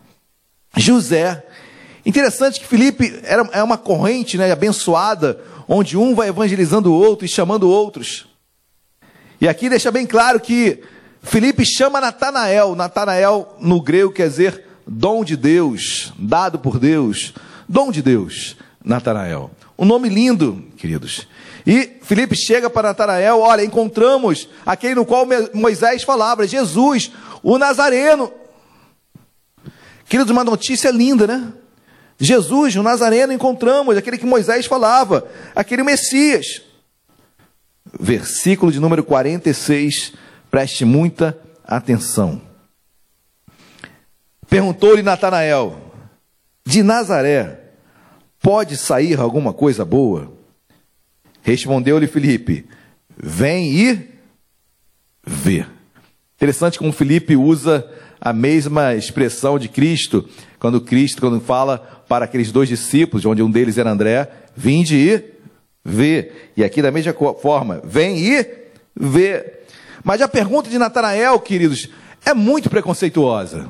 José. Interessante que Filipe era, é uma corrente, né, abençoada, onde um vai evangelizando o outro e chamando outros. E aqui deixa bem claro que Filipe chama Natanael. Natanael no grego quer dizer dom de Deus, dado por Deus, dom de Deus, Natanael. Um nome lindo, queridos. E Filipe chega para Natanael, olha, encontramos aquele no qual Moisés falava, Jesus, o Nazareno. Queridos, uma notícia linda, né? Jesus, o Nazareno, encontramos, aquele que Moisés falava, aquele Messias. Versículo de número quarenta e seis, preste muita atenção. Perguntou-lhe Natanael, de Nazaré pode sair alguma coisa boa? Respondeu-lhe Filipe, vem e vê. Interessante como Filipe usa a mesma expressão de Cristo, quando Cristo, quando fala para aqueles dois discípulos, onde um deles era André, vinde e vê. E aqui da mesma forma, vem e vê. Mas a pergunta de Natanael, queridos, é muito preconceituosa.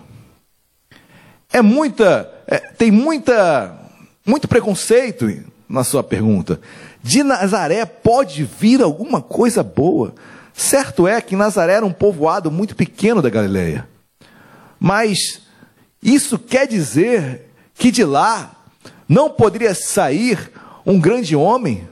É muita, é, tem muita, muito preconceito na sua pergunta. De Nazaré pode vir alguma coisa boa? Certo é que Nazaré era um povoado muito pequeno da Galileia. Mas isso quer dizer que de lá não poderia sair um grande homem?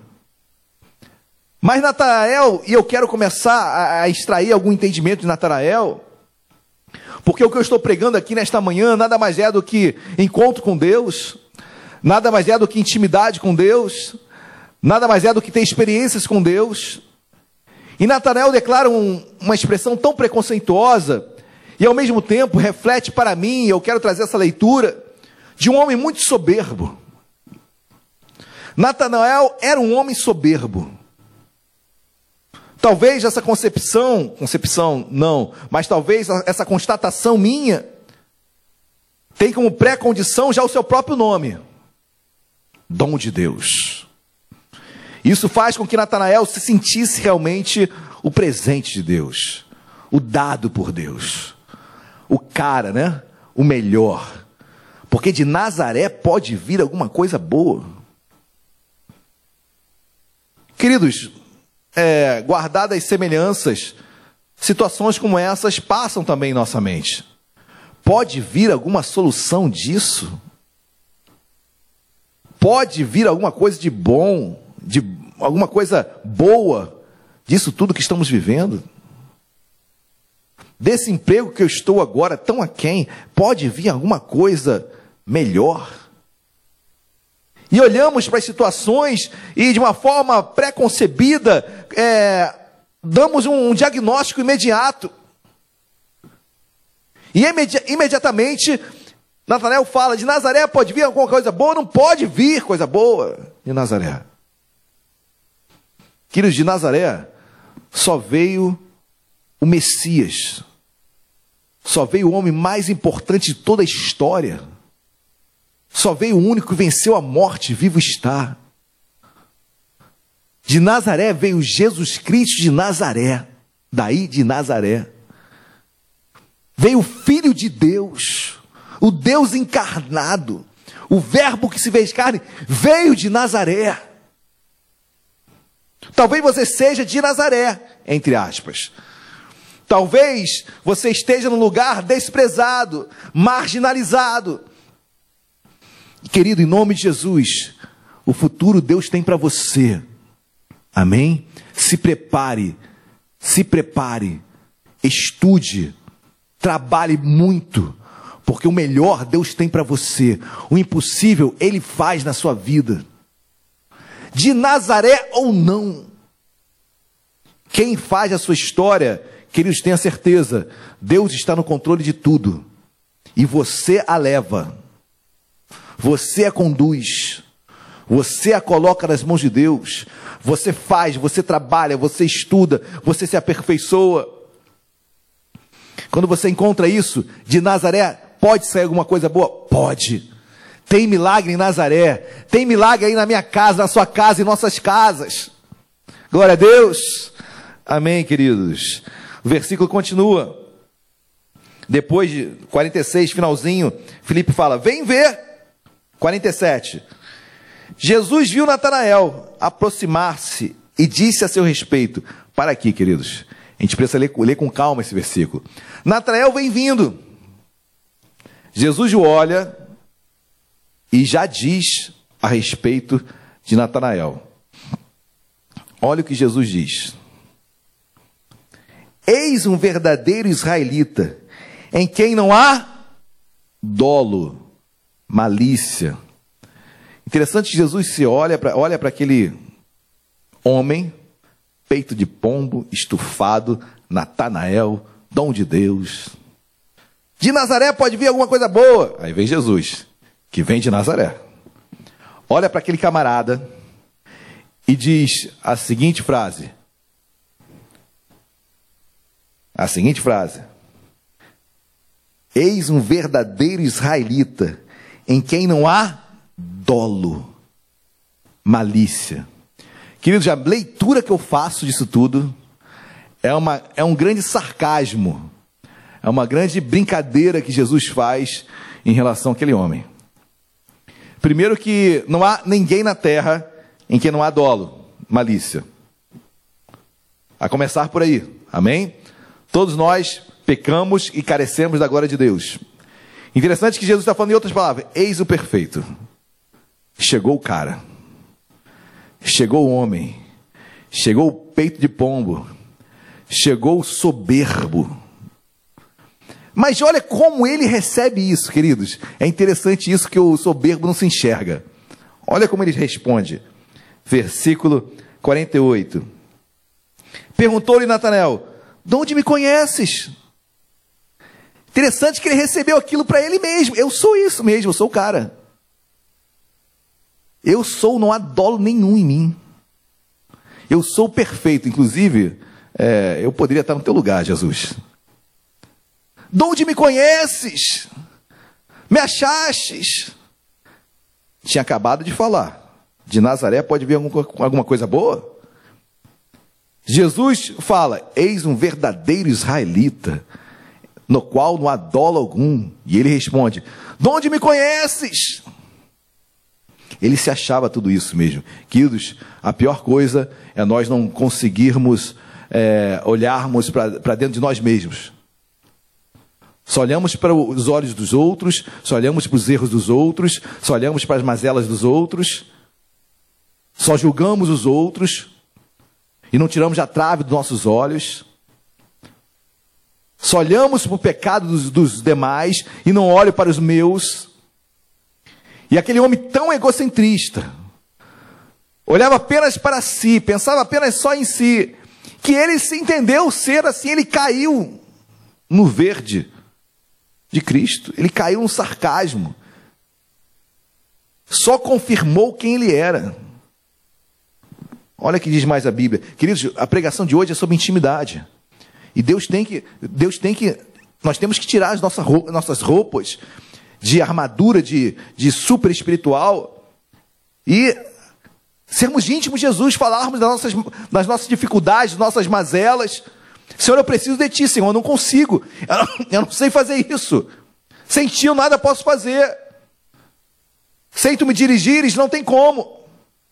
Mas Natanael, e eu quero começar a, a extrair algum entendimento de Natanael, porque o que eu estou pregando aqui nesta manhã nada mais é do que encontro com Deus, nada mais é do que intimidade com Deus, nada mais é do que ter experiências com Deus. E Natanael declara um, uma expressão tão preconceituosa, e ao mesmo tempo reflete para mim, eu quero trazer essa leitura, de um homem muito soberbo. Natanael era um homem soberbo. Talvez essa concepção, concepção não, mas talvez essa constatação minha, tem como pré-condição já o seu próprio nome. Dom de Deus. Isso faz com que Natanael se sentisse realmente o presente de Deus, o dado por Deus, o cara, né? O melhor. Porque de Nazaré pode vir alguma coisa boa. Queridos, é, guardadas as semelhanças, situações como essas passam também em nossa mente. Pode vir alguma solução disso? Pode vir alguma coisa de bom, de alguma coisa boa disso tudo que estamos vivendo? Desse emprego que eu estou agora tão aquém, pode vir alguma coisa melhor? E olhamos para as situações e de uma forma pré-concebida, é, damos um, um diagnóstico imediato. E imedi- imediatamente, Natanael fala, de Nazaré pode vir alguma coisa boa? Não pode vir coisa boa de Nazaré. Queridos, de Nazaré só veio o Messias. Só veio o homem mais importante de toda a história. Só veio o único que venceu a morte, vivo está. De Nazaré veio Jesus Cristo de Nazaré. Daí de Nazaré. Veio o Filho de Deus, o Deus encarnado, o verbo que se fez carne, veio de Nazaré. Talvez você seja de Nazaré, entre aspas. Talvez você esteja num lugar desprezado, marginalizado. Querido, em nome de Jesus, o futuro Deus tem para você. Amém? Se prepare, se prepare, estude, trabalhe muito, porque o melhor Deus tem para você. O impossível Ele faz na sua vida. De Nazaré ou não, quem faz a sua história, queridos, tenha certeza, Deus está no controle de tudo, e você a leva, você a conduz, você a coloca nas mãos de Deus, você faz, você trabalha, você estuda, você se aperfeiçoa. Quando você encontra isso, de Nazaré, pode sair alguma coisa boa? Pode. Tem milagre em Nazaré, tem milagre aí na minha casa, na sua casa, em nossas casas. Glória a Deus. Amém, queridos. O versículo continua. Depois de quarenta e seis, finalzinho, Filipe fala, vem ver. quarenta e sete. Jesus viu Natanael aproximar-se e disse a seu respeito. Para aqui, queridos. A gente precisa ler, ler com calma esse versículo. Natanael vem vindo. Jesus o olha e já diz a respeito de Natanael. Olha o que Jesus diz. Eis um verdadeiro israelita, em quem não há dolo, malícia. Interessante que Jesus se olha para olha para aquele homem, peito de pombo, estufado, Natanael, dom de Deus. De Nazaré pode vir alguma coisa boa. Aí vem Jesus, que vem de Nazaré. Olha para aquele camarada e diz a seguinte frase. A seguinte frase. Eis um verdadeiro israelita, em quem não há dolo, malícia. Queridos, a leitura que eu faço disso tudo é, uma, é um grande sarcasmo, é uma grande brincadeira que Jesus faz em relação àquele homem. Primeiro que não há ninguém na terra em quem não há dolo, malícia. A começar por aí, amém? Todos nós pecamos e carecemos da glória de Deus. Interessante que Jesus está falando em outras palavras. Eis o perfeito. Chegou o cara. Chegou o homem. Chegou o peito de pombo. Chegou o soberbo. Mas olha como ele recebe isso, queridos. É interessante isso que o soberbo não se enxerga. Olha como ele responde. Versículo quarenta e oito. Perguntou-lhe Natanael, de onde me conheces? Interessante que ele recebeu aquilo para ele mesmo. Eu sou isso mesmo, eu sou o cara. Eu sou, não há dolo nenhum em mim. Eu sou perfeito. Inclusive, é, eu poderia estar no teu lugar, Jesus. De onde me conheces? Me achastes? Tinha acabado de falar. De Nazaré pode vir algum, alguma coisa boa? Jesus fala, eis um verdadeiro israelita, no qual não há dolo algum. E ele responde, de onde me conheces? Ele se achava tudo isso mesmo. Queridos, a pior coisa é nós não conseguirmos é, olharmos para dentro de nós mesmos. Só olhamos para os olhos dos outros, só olhamos para os erros dos outros, só olhamos para as mazelas dos outros, só julgamos os outros e não tiramos a trave dos nossos olhos. Só olhamos para o pecado dos, dos demais e não olho para os meus. E aquele homem tão egocentrista, olhava apenas para si, pensava apenas só em si, que ele se entendeu ser assim, ele caiu no verde de Cristo, ele caiu no sarcasmo, só confirmou quem ele era. Olha o que diz mais a Bíblia. Queridos, a pregação de hoje é sobre intimidade. E Deus tem que, Deus tem que, nós temos que tirar as nossas roupas, nossas roupas de armadura, de, de super espiritual, e sermos íntimos de Jesus, falarmos das nossas, das nossas dificuldades, das nossas mazelas. Senhor, eu preciso de Ti, Senhor, eu não consigo, eu não, eu não sei fazer isso. Sem Ti eu nada posso fazer. Sem Tu me dirigires, não tem como.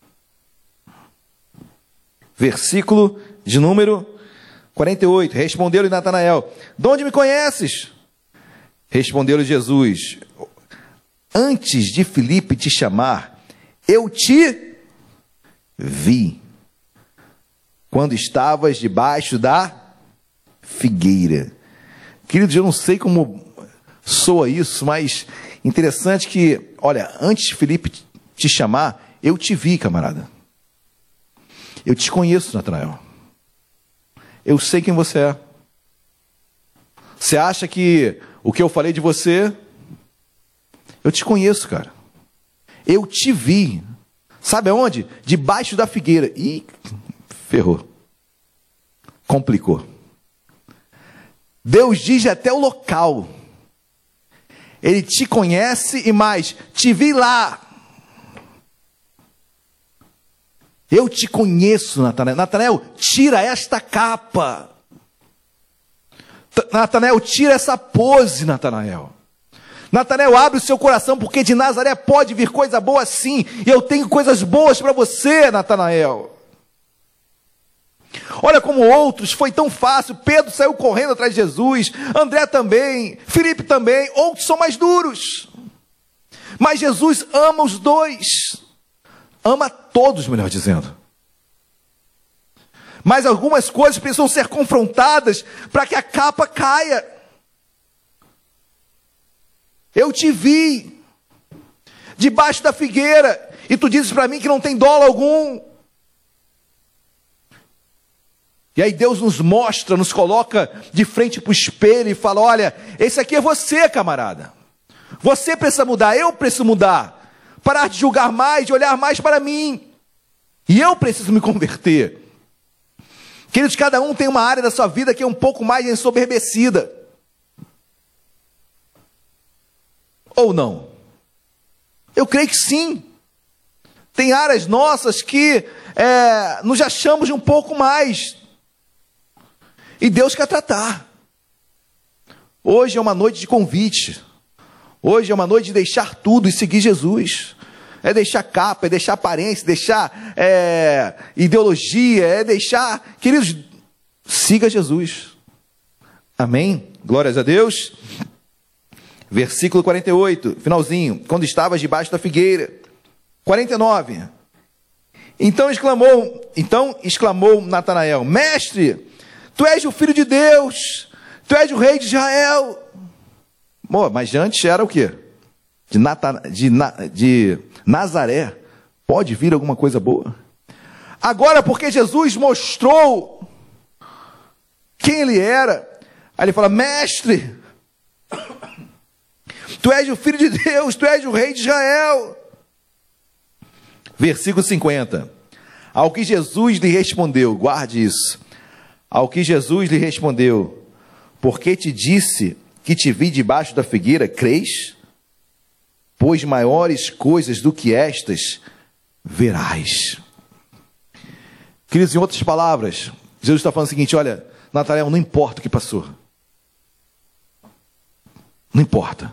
Versículo de número quarenta e oito. Respondeu-lhe Natanael, de onde me conheces? Respondeu-lhe Jesus, antes de Filipe te chamar, eu te vi, quando estavas debaixo da figueira. Queridos, eu não sei como soa isso, mas interessante que, olha, antes de Filipe te chamar, eu te vi, camarada. Eu te conheço, Natanael. Eu sei quem você é. Você acha que o que eu falei de você, eu te conheço, cara. Eu te vi. Sabe aonde? Debaixo da figueira. Ih, ferrou. Complicou. Deus diz até o local. Ele te conhece e mais, te vi lá. Eu te conheço, Natanael. Natanael, tira esta capa. Natanael, tira essa pose, Natanael. Natanael, abre o seu coração, porque de Nazaré pode vir coisa boa sim. E eu tenho coisas boas para você, Natanael. Olha como outros, foi tão fácil. Pedro saiu correndo atrás de Jesus, André também, Filipe também. Outros são mais duros. Mas Jesus ama os dois. Ama todos, melhor dizendo. Mas algumas coisas precisam ser confrontadas para que a capa caia. Eu te vi debaixo da figueira e tu dizes para mim que não tem dolo algum. E aí Deus nos mostra, nos coloca de frente para o espelho e fala: olha, esse aqui é você, camarada. Você precisa mudar, eu preciso mudar. Parar de julgar mais, de olhar mais para mim. E eu preciso me converter. Queridos, cada um tem uma área da sua vida que é um pouco mais ensoberbecida. Ou não? Eu creio que sim. Tem áreas nossas que é, nos achamos de um pouco mais. E Deus quer tratar. Hoje é uma noite de convite. Hoje é uma noite de deixar tudo e seguir Jesus. É deixar capa, é deixar aparência, deixar é, ideologia, é deixar... Queridos, siga Jesus. Amém? Glórias a Deus. Versículo quarenta e oito, finalzinho. Quando estavas debaixo da figueira. quarenta e nove. Então exclamou, então exclamou Natanael: Mestre, tu és o Filho de Deus, tu és o Rei de Israel. Bom, mas antes era o quê? De, Nata, de, de Nazaré, pode vir alguma coisa boa? Agora, porque Jesus mostrou quem ele era, aí ele fala: Mestre, tu és o Filho de Deus, tu és o Rei de Israel. Versículo cinquenta. Ao que Jesus lhe respondeu, guarde isso. Ao que Jesus lhe respondeu: porque te disse que te vi debaixo da figueira, crês? Pois maiores coisas do que estas verás. Queridos, em outras palavras, Jesus está falando o seguinte: olha, Natanael, não importa o que passou. Não importa.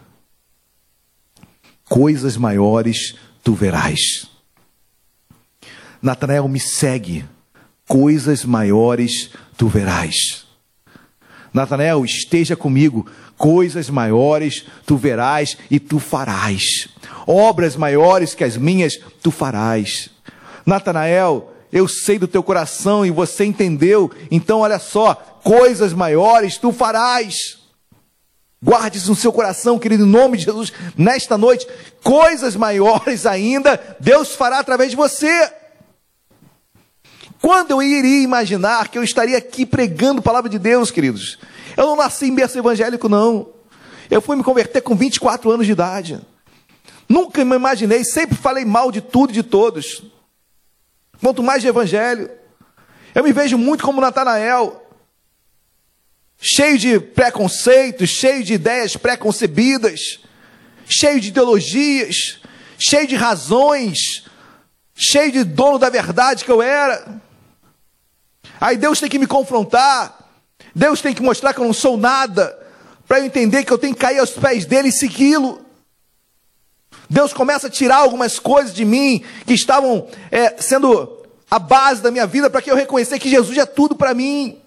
Coisas maiores tu verás. Natanael, me segue. Coisas maiores tu verás. Natanael, esteja comigo. Coisas maiores tu verás e tu farás. Obras maiores que as minhas tu farás. Natanael, eu sei do teu coração e você entendeu. Então olha só, coisas maiores tu farás. Guarde isso no seu coração, querido, em nome de Jesus. Nesta noite, coisas maiores ainda Deus fará através de você. Quando eu iria imaginar que eu estaria aqui pregando a palavra de Deus, queridos? Eu não nasci em berço evangélico, não. Eu fui me converter com vinte e quatro anos de idade. Nunca me imaginei, sempre falei mal de tudo e de todos. Quanto mais de evangelho. Eu me vejo muito como Natanael. Cheio de preconceitos, cheio de ideias preconcebidas, cheio de ideologias, cheio de razões, cheio de dono da verdade que eu era. Aí Deus tem que me confrontar. Deus tem que mostrar que eu não sou nada, para eu entender que eu tenho que cair aos pés dele e segui-lo. Deus começa a tirar algumas coisas de mim que estavam é, sendo a base da minha vida, para que eu reconhecer que Jesus é tudo para mim.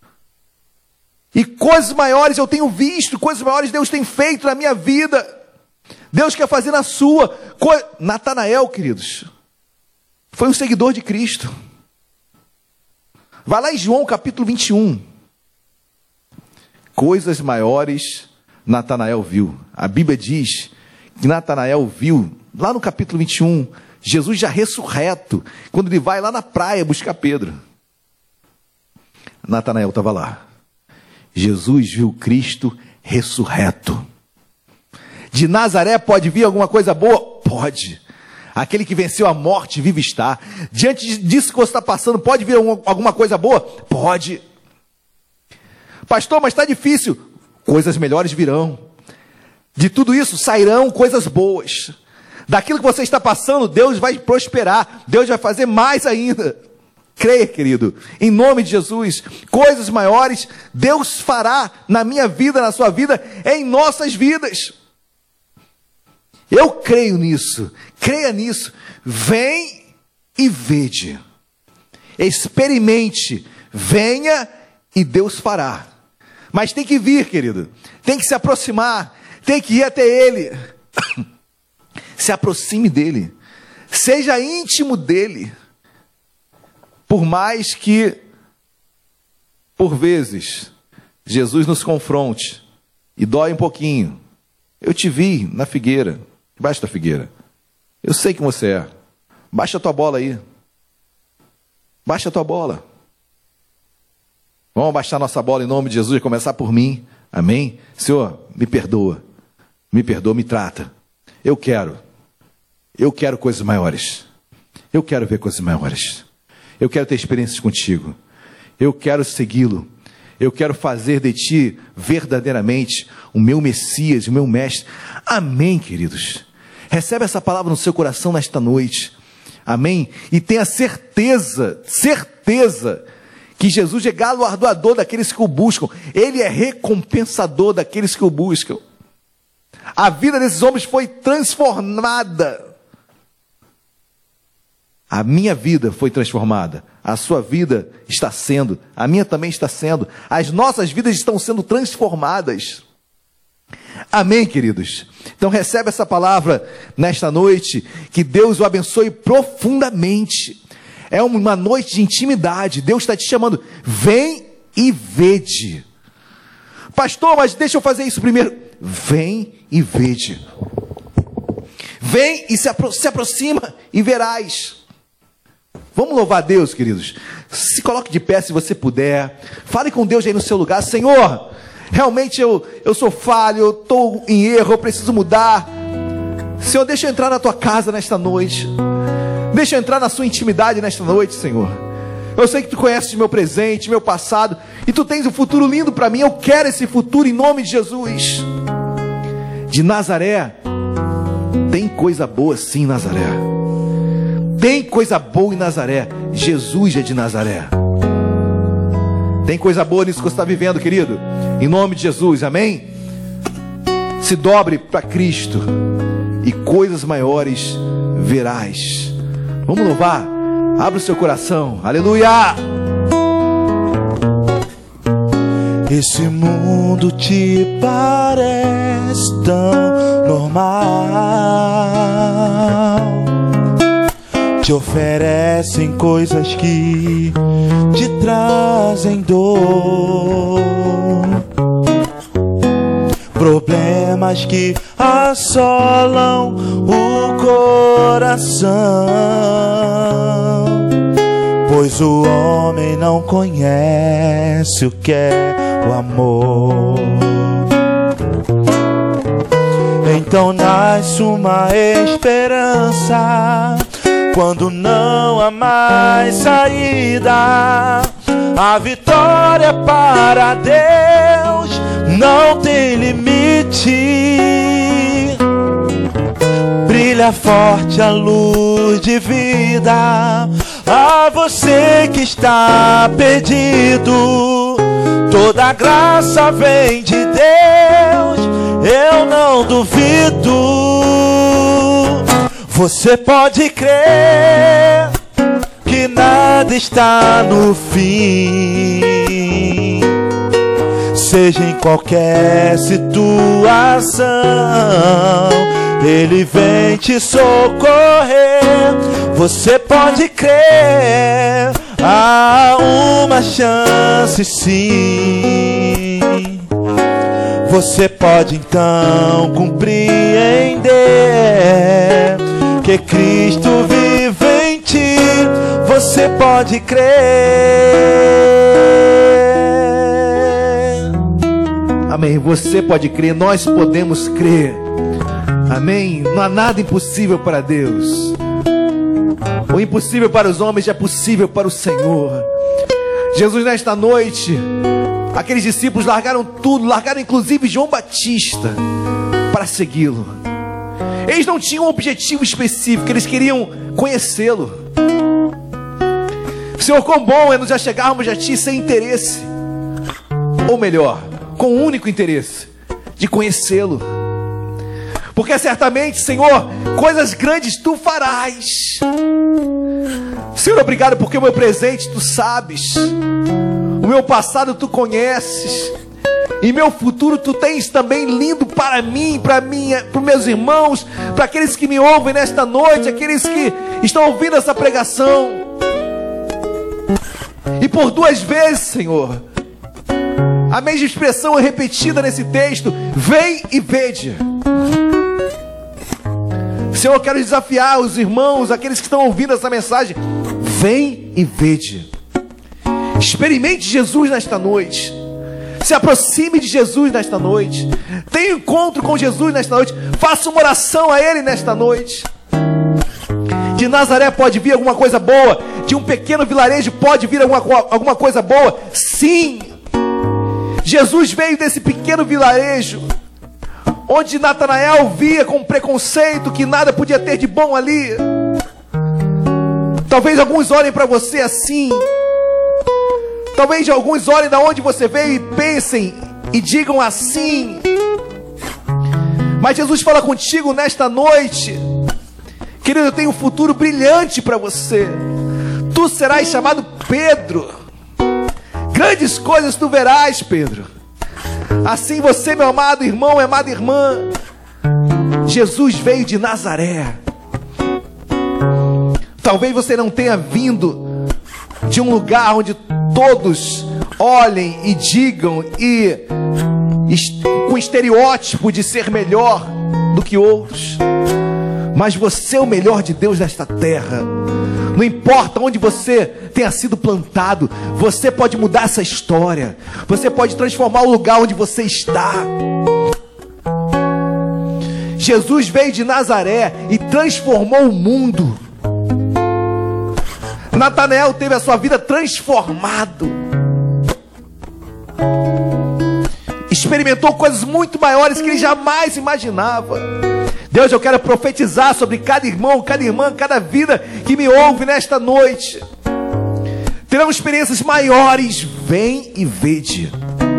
E coisas maiores eu tenho visto, coisas maiores Deus tem feito na minha vida. Deus quer fazer na sua. Co... Natanael, queridos, foi um seguidor de Cristo. Vai lá em João capítulo vinte e um. Coisas maiores Natanael viu. A Bíblia diz que Natanael viu, lá no capítulo vinte e um, Jesus já ressurreto, quando ele vai lá na praia buscar Pedro. Natanael estava lá. Jesus viu Cristo ressurreto. De Nazaré pode vir alguma coisa boa? Pode. Aquele que venceu a morte vive está. Diante disso que você está passando, pode vir alguma coisa boa? Pode. Pastor, mas está difícil. Coisas melhores virão. De tudo isso sairão coisas boas. Daquilo que você está passando, Deus vai prosperar. Deus vai fazer mais ainda. Creia, querido, em nome de Jesus, coisas maiores Deus fará na minha vida, na sua vida, em nossas vidas. Eu creio nisso, creia nisso. Vem e vede, experimente, venha e Deus fará. Mas tem que vir, querido, tem que se aproximar, tem que ir até Ele. Se aproxime dEle, seja íntimo dEle. Por mais que, por vezes, Jesus nos confronte e dói um pouquinho. Eu te vi na figueira, debaixo da figueira. Eu sei quem você é. Baixa a tua bola aí. Baixa a tua bola. Vamos baixar nossa bola em nome de Jesus e começar por mim. Amém? Senhor, me perdoa. Me perdoa, me trata. Eu quero. Eu quero coisas maiores. Eu quero ver coisas maiores. Eu quero ter experiências contigo. Eu quero segui-lo. Eu quero fazer de ti verdadeiramente o meu Messias, o meu mestre. Amém, queridos. Recebe essa palavra no seu coração nesta noite. Amém? E tenha certeza, certeza, que Jesus é galardoador daqueles que o buscam. Ele é recompensador daqueles que o buscam. A vida desses homens foi transformada. A minha vida foi transformada, a sua vida está sendo, a minha também está sendo, as nossas vidas estão sendo transformadas. Amém, queridos? Então recebe essa palavra nesta noite, que Deus o abençoe profundamente. É uma noite de intimidade, Deus está te chamando, vem e vede. Pastor, mas deixa eu fazer isso primeiro. Vem e vede. Vem e se, apro- se aproxima e verás. Vamos louvar a Deus, queridos. Se coloque de pé se você puder. Fale com Deus aí no seu lugar. Senhor, realmente eu, eu sou falho, eu estou em erro, eu preciso mudar. Senhor, deixa eu entrar na tua casa nesta noite. Deixa eu entrar na sua intimidade nesta noite, Senhor. Eu sei que tu conheces meu presente, meu passado, e tu tens um futuro lindo para mim. Eu quero esse futuro em nome de Jesus. De Nazaré, tem coisa boa sim, Nazaré. Tem coisa boa em Nazaré. Jesus é de Nazaré. Tem coisa boa nisso que você está vivendo, querido. Em nome de Jesus, amém? Se dobre para Cristo e coisas maiores verás. Vamos louvar? Abra o seu coração. Aleluia! Esse mundo te parece tão normal. Te oferecem coisas que te trazem dor, problemas que assolam o coração, pois o homem não conhece o que é o amor. Então nasce uma esperança quando não há mais saída. A vitória para Deus não tem limite. Brilha forte a luz de vida a você que está perdido. Toda graça vem de Deus, eu não duvido. Você pode crer que nada está no fim. Seja em qualquer situação, Ele vem te socorrer. Você pode crer, há uma chance sim. Você pode então compreender que Cristo vive em ti. Você pode crer. Amém. Você pode crer. Nós podemos crer. Amém. Não há nada impossível para Deus. O impossível para os homens é possível para o Senhor. Jesus, nesta noite, aqueles discípulos largaram tudo, largaram inclusive João Batista para segui-lo. Eles não tinham um objetivo específico, eles queriam conhecê-lo. Senhor, quão bom é nos achegarmos a Ti sem interesse, ou melhor, com o único interesse de conhecê-lo. Porque certamente, Senhor, coisas grandes Tu farás. Senhor, obrigado porque o meu presente Tu sabes, o meu passado Tu conheces, e meu futuro Tu tens também lindo para mim, para minha, para os meus irmãos, para aqueles que me ouvem nesta noite, aqueles que estão ouvindo essa pregação. E por duas vezes, Senhor, a mesma expressão é repetida nesse texto: vem e vede. Senhor, eu quero desafiar os irmãos, aqueles que estão ouvindo essa mensagem: vem e vede. Experimente Jesus nesta noite. Se aproxime de Jesus nesta noite. Tenha um encontro com Jesus nesta noite. Faça uma oração a Ele nesta noite. De Nazaré pode vir alguma coisa boa. De um pequeno vilarejo pode vir alguma, alguma coisa boa. Sim. Jesus veio desse pequeno vilarejo, onde Natanael via com preconceito que nada podia ter de bom ali. Talvez alguns olhem para você assim. Talvez alguns olhem da onde você veio e pensem e digam assim. Mas Jesus fala contigo nesta noite: querido, eu tenho um futuro brilhante para você. Tu serás chamado Pedro. Grandes coisas tu verás, Pedro. Assim você, meu amado irmão, minha amada irmã, Jesus veio de Nazaré. Talvez você não tenha vindo de um lugar onde todos olhem e digam e com estereótipo de ser melhor do que outros, mas você é o melhor de Deus nesta terra. Não importa onde você tenha sido plantado, você pode mudar essa história. Você pode transformar o lugar onde você está. Jesus veio de Nazaré e transformou o mundo. Natanael teve a sua vida transformada. Experimentou coisas muito maiores que ele jamais imaginava. Deus, eu quero profetizar sobre cada irmão, cada irmã, cada vida que me ouve nesta noite. Terão experiências maiores. Vem e vede.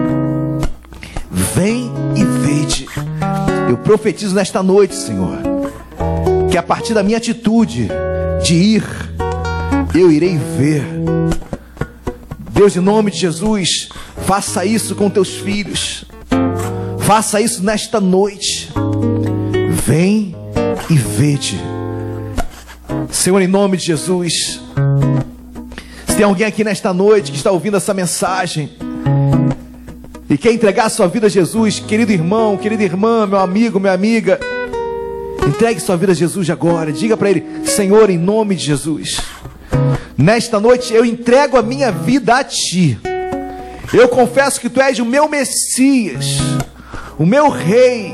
Vem e vede. Eu profetizo nesta noite, Senhor, que a partir da minha atitude de ir, eu irei ver. Deus, em nome de Jesus, faça isso com teus filhos. Faça isso nesta noite. Vem e vede. Senhor, em nome de Jesus, se tem alguém aqui nesta noite que está ouvindo essa mensagem e quer entregar a sua vida a Jesus, querido irmão, querida irmã, meu amigo, minha amiga, entregue sua vida a Jesus agora. Diga para Ele: Senhor, em nome de Jesus, nesta noite eu entrego a minha vida a Ti. Eu confesso que Tu és o meu Messias, o meu Rei,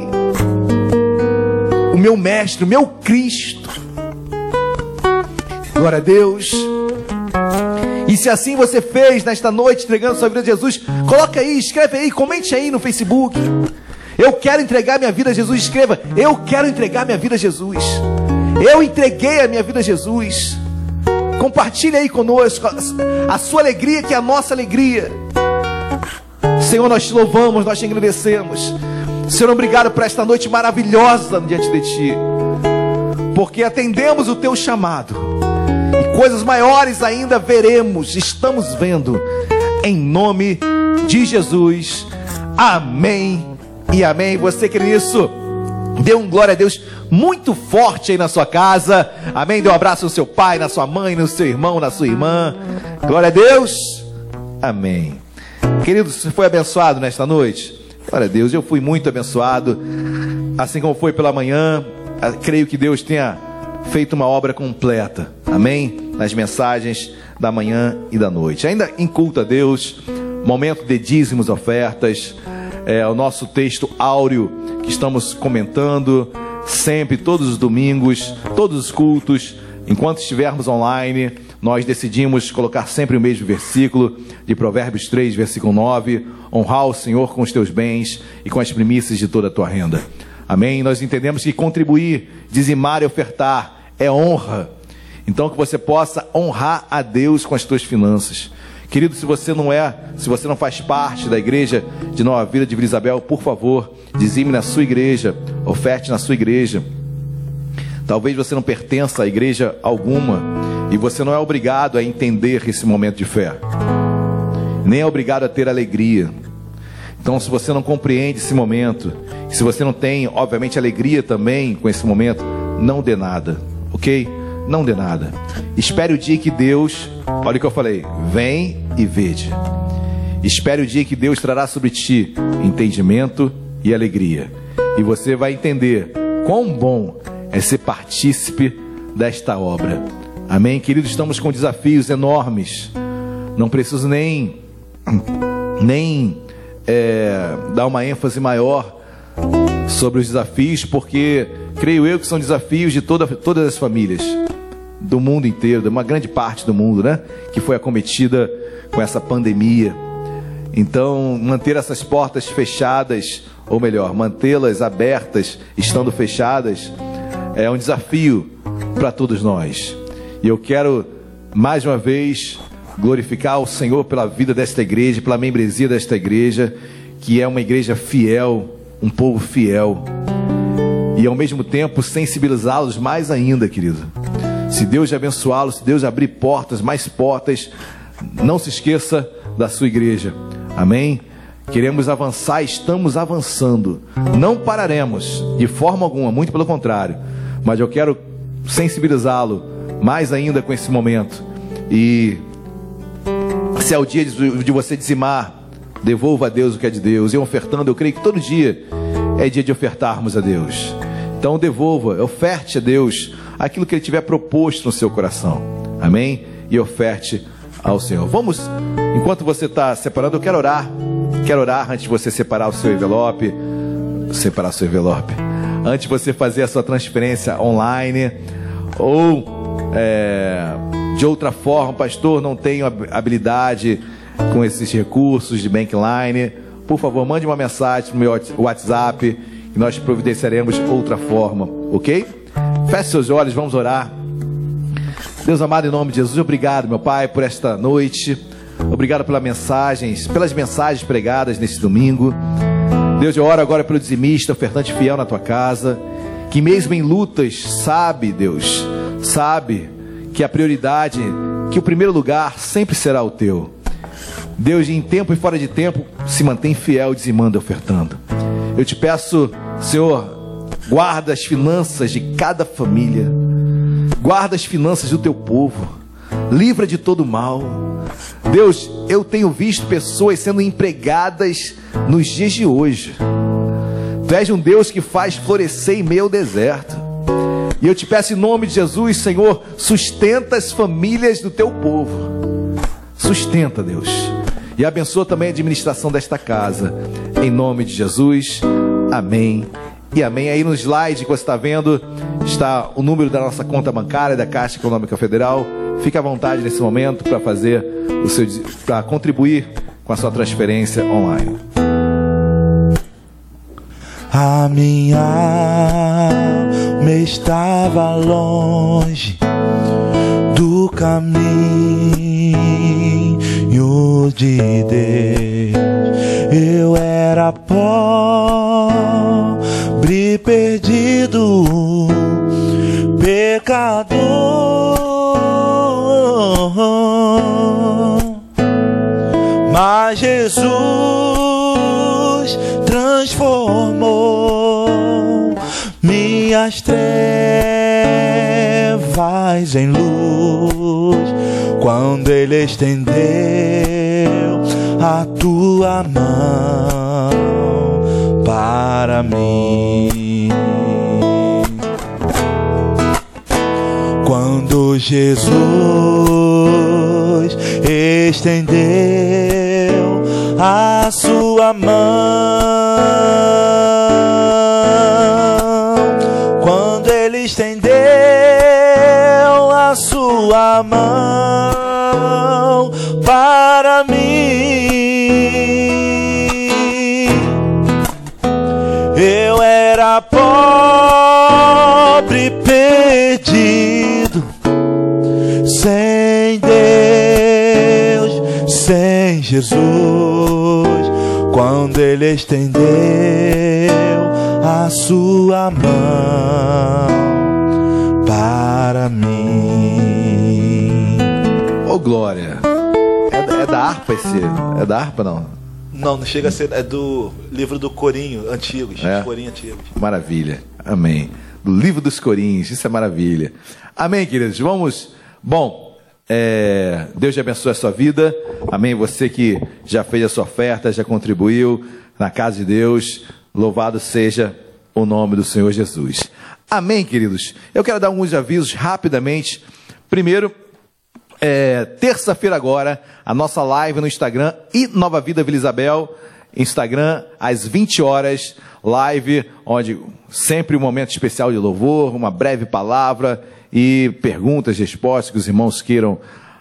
o meu Mestre, o meu Cristo. Glória a Deus. E se assim você fez nesta noite, entregando sua vida a Jesus, coloca aí, escreve aí, comente aí no Facebook: eu quero entregar minha vida a Jesus. Escreva: eu quero entregar minha vida a Jesus. Eu entreguei a minha vida a Jesus. Compartilhe aí conosco a sua alegria, que é a nossa alegria. Senhor, nós te louvamos, nós te agradecemos. Senhor, obrigado por esta noite maravilhosa diante de Ti, porque atendemos o Teu chamado e coisas maiores ainda veremos, estamos vendo, em nome de Jesus. Amém e amém. Você crê nisso? Dê um glória a Deus muito forte aí na sua casa. Amém. Dê um abraço no seu pai, na sua mãe, no seu irmão, na sua irmã. Glória a Deus. Amém. Querido, você foi abençoado nesta noite? Glória a Deus, eu fui muito abençoado. Assim como foi pela manhã, creio que Deus tenha feito uma obra completa. Amém? Nas mensagens da manhã e da noite. Ainda em culto a Deus, momento de dízimos, ofertas, é o nosso texto áureo que estamos comentando sempre, todos os domingos, todos os cultos. Enquanto estivermos online, nós decidimos colocar sempre o mesmo versículo de Provérbios três, versículo nove: honrar o Senhor com os teus bens e com as primícias de toda a tua renda. Amém? Nós entendemos que contribuir, dizimar e ofertar é honra. Então que você possa honrar a Deus com as tuas finanças. Querido, se você não é, se você não faz parte da igreja de Nova Vida de Vila Isabel, por favor, dizime na sua igreja, oferte na sua igreja. Talvez você não pertença a igreja alguma e você não é obrigado a entender esse momento de fé, nem é obrigado a ter alegria. Então, se você não compreende esse momento, se você não tem, obviamente, alegria também com esse momento, não dê nada, ok? Não dê nada. Espere o dia que Deus, olha o que eu falei, vem e vede. Espere o dia que Deus trará sobre ti entendimento e alegria. E você vai entender quão bom é ser partícipe desta obra. Amém, queridos? Estamos com desafios enormes. Não preciso nem, nem é, dar uma ênfase maior sobre os desafios, porque creio eu que são desafios de toda, todas as famílias do mundo inteiro, de uma grande parte do mundo, né, que foi acometida com essa pandemia. Então, manter essas portas fechadas, ou melhor, mantê-las abertas, estando fechadas, é um desafio para todos nós. E eu quero, mais uma vez, glorificar o Senhor pela vida desta igreja, pela membresia desta igreja, que é uma igreja fiel, um povo fiel. E ao mesmo tempo sensibilizá-los mais ainda, querido. Se Deus abençoá-los, se Deus abrir portas, mais portas, não se esqueça da sua igreja. Amém? Queremos avançar, estamos avançando. Não pararemos de forma alguma, muito pelo contrário. Mas eu quero sensibilizá-lo mais ainda com esse momento. E se é o dia de, de você dizimar, devolva a Deus o que é de Deus. E ofertando, eu creio que todo dia é dia de ofertarmos a Deus. Então devolva, oferte a Deus aquilo que Ele tiver proposto no seu coração. Amém? E oferte ao Senhor. Vamos, enquanto você está separando, eu quero orar. Quero orar antes de você separar o seu envelope. Separar o seu envelope. Antes de você fazer a sua transferência online. Ou é, de outra forma, pastor, não tenho habilidade com esses recursos de Bankline. Por favor, mande uma mensagem no meu WhatsApp e nós providenciaremos outra forma, ok? Feche seus olhos, vamos orar. Deus amado, em nome de Jesus, obrigado, meu Pai, por esta noite. Obrigado pelas mensagens, pelas mensagens pregadas nesse domingo. Deus, eu oro agora pelo dizimista, ofertante fiel na tua casa, que mesmo em lutas, sabe, Deus, sabe que a prioridade, que o primeiro lugar sempre será o teu. Deus, em tempo e fora de tempo, se mantém fiel, dizimando e ofertando. Eu te peço, Senhor, guarda as finanças de cada família, guarda as finanças do teu povo, livra de todo mal. Deus, eu tenho visto pessoas sendo empregadas nos dias de hoje. Tu és um Deus que faz florescer em meio ao deserto. E eu te peço em nome de Jesus, Senhor, sustenta as famílias do teu povo. Sustenta, Deus. E abençoa também a administração desta casa. Em nome de Jesus. Amém. E amém. Aí no slide que você está vendo está o número da nossa conta bancária da Caixa Econômica Federal. Fique à vontade nesse momento para fazer o seu, para contribuir com a sua transferência online. A minha alma estava longe do caminho de Deus. Eu era pobre, perdido, pecador, mas Jesus transformou minhas trevas em luz, quando Ele estendeu a tua mão para mim. Quando Jesus estendeu a sua mão, quando Ele estendeu a sua mão para mim, eu era pobre, Jesus, quando Ele estendeu a sua mão para mim. Ô, glória! É, é da harpa esse? É da harpa, não? Não, não chega a ser. É do livro do Corinho, antigos. É? Corinho antigos. Maravilha. Amém. Do livro dos Coríntios. Isso é maravilha. Amém, queridos. Vamos. Bom, é... Deus te abençoe a sua vida. Amém. Você que já fez a sua oferta, já contribuiu na casa de Deus. Louvado seja o nome do Senhor Jesus. Amém, queridos. Eu quero dar alguns avisos rapidamente. Primeiro, É, terça-feira agora, a nossa live no Instagram e Nova Vida Vila Isabel, Instagram, às vinte horas, live, onde sempre um momento especial de louvor, uma breve palavra e perguntas, respostas que os irmãos queiram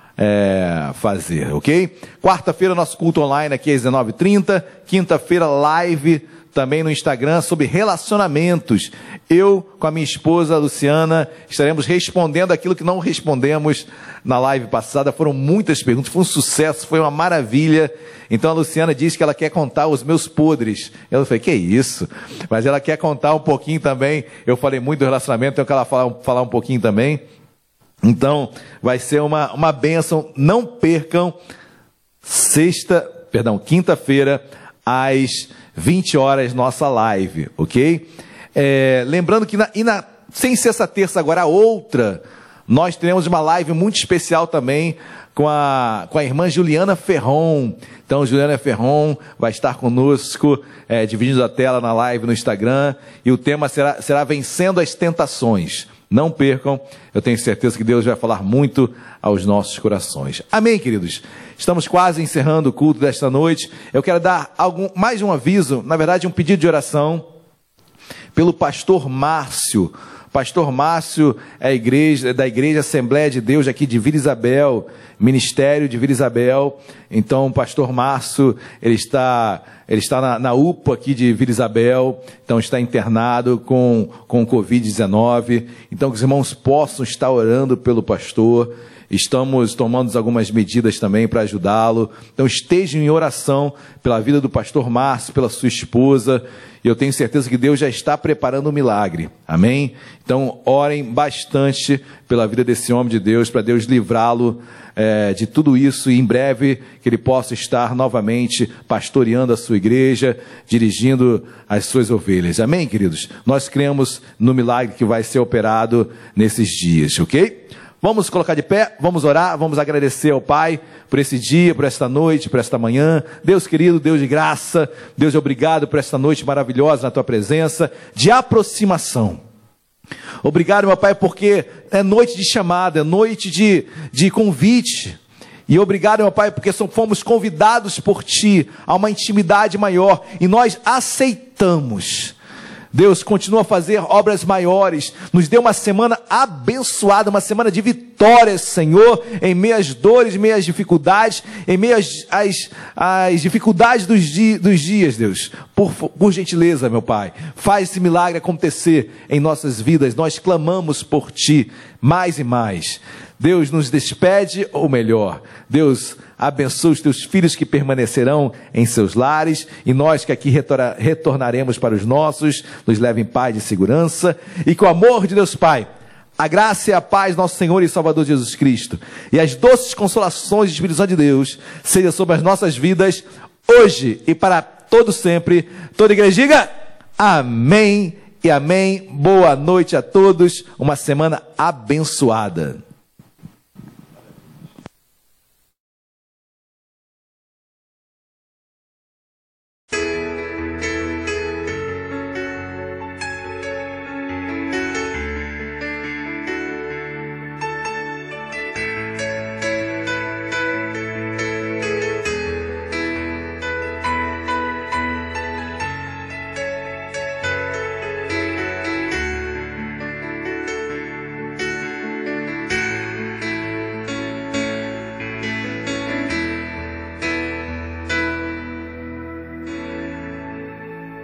é, fazer, ok? Quarta-feira, nosso culto online aqui às dezenove e trinta, quinta-feira, live também no Instagram sobre relacionamentos. Eu, com a minha esposa Luciana, estaremos respondendo aquilo que não respondemos na live passada. Foram muitas perguntas, foi um sucesso, foi uma maravilha. Então a Luciana diz que ela quer contar os meus podres. Eu falei, que isso? Mas ela quer contar um pouquinho também. Eu falei muito do relacionamento, então eu quero falar, falar um pouquinho também. Então vai ser uma, uma bênção. Não percam, sexta, perdão, quinta-feira, às vinte horas, nossa live, ok? É, lembrando que, na, e na, sem ser essa terça agora, a outra, nós teremos uma live muito especial também com a, com a irmã Juliana Ferron. Então, Juliana Ferron vai estar conosco, é, dividindo a tela na live no Instagram, e o tema será, será Vencendo as Tentações. Não percam, eu tenho certeza que Deus vai falar muito aos nossos corações. Amém, queridos? Estamos quase encerrando o culto desta noite. Eu quero dar algum, mais um aviso, na verdade um pedido de oração, pelo pastor Márcio. Pastor Márcio é a igreja, da Igreja Assembleia de Deus aqui de Vila Isabel, Ministério de Vila Isabel. Então, o pastor Márcio, ele está, ele está na, na U P A aqui de Vila Isabel, então está internado com, com covid dezenove. Então, que os irmãos possam estar orando pelo pastor. Estamos tomando algumas medidas também para ajudá-lo. Então estejam em oração pela vida do pastor Márcio, pela sua esposa. E eu tenho certeza que Deus já está preparando um milagre. Amém? Então orem bastante pela vida desse homem de Deus, para Deus livrá-lo é, de tudo isso. E em breve que ele possa estar novamente pastoreando a sua igreja, dirigindo as suas ovelhas. Amém, queridos? Nós cremos no milagre que vai ser operado nesses dias, ok? Vamos colocar de pé, vamos orar, vamos agradecer ao Pai por esse dia, por esta noite, por esta manhã. Deus querido, Deus de graça, Deus obrigado por esta noite maravilhosa na Tua presença, de aproximação. Obrigado, meu Pai, porque é noite de chamada, é noite de, de convite. E obrigado, meu Pai, porque fomos convidados por Ti a uma intimidade maior e nós aceitamos. Deus continua a fazer obras maiores, nos deu uma semana abençoada, uma semana de vitórias, Senhor, em meio às dores, em meio às dificuldades, em meio às, às, às dificuldades dos, di, dos dias, Deus. Por, por gentileza, meu Pai, faz esse milagre acontecer em nossas vidas, nós clamamos por Ti, mais e mais. Deus nos despede, ou melhor, Deus abençoa os Teus filhos que permanecerão em seus lares, e nós que aqui retorna, retornaremos para os nossos, nos leve em paz e segurança, e que o amor de Deus Pai, a graça e a paz do nosso Senhor e Salvador Jesus Cristo, e as doces consolações e Espírito Santo de Deus, seja sobre as nossas vidas, hoje e para todo sempre. Toda a igreja diga amém e amém. Boa noite a todos, uma semana abençoada.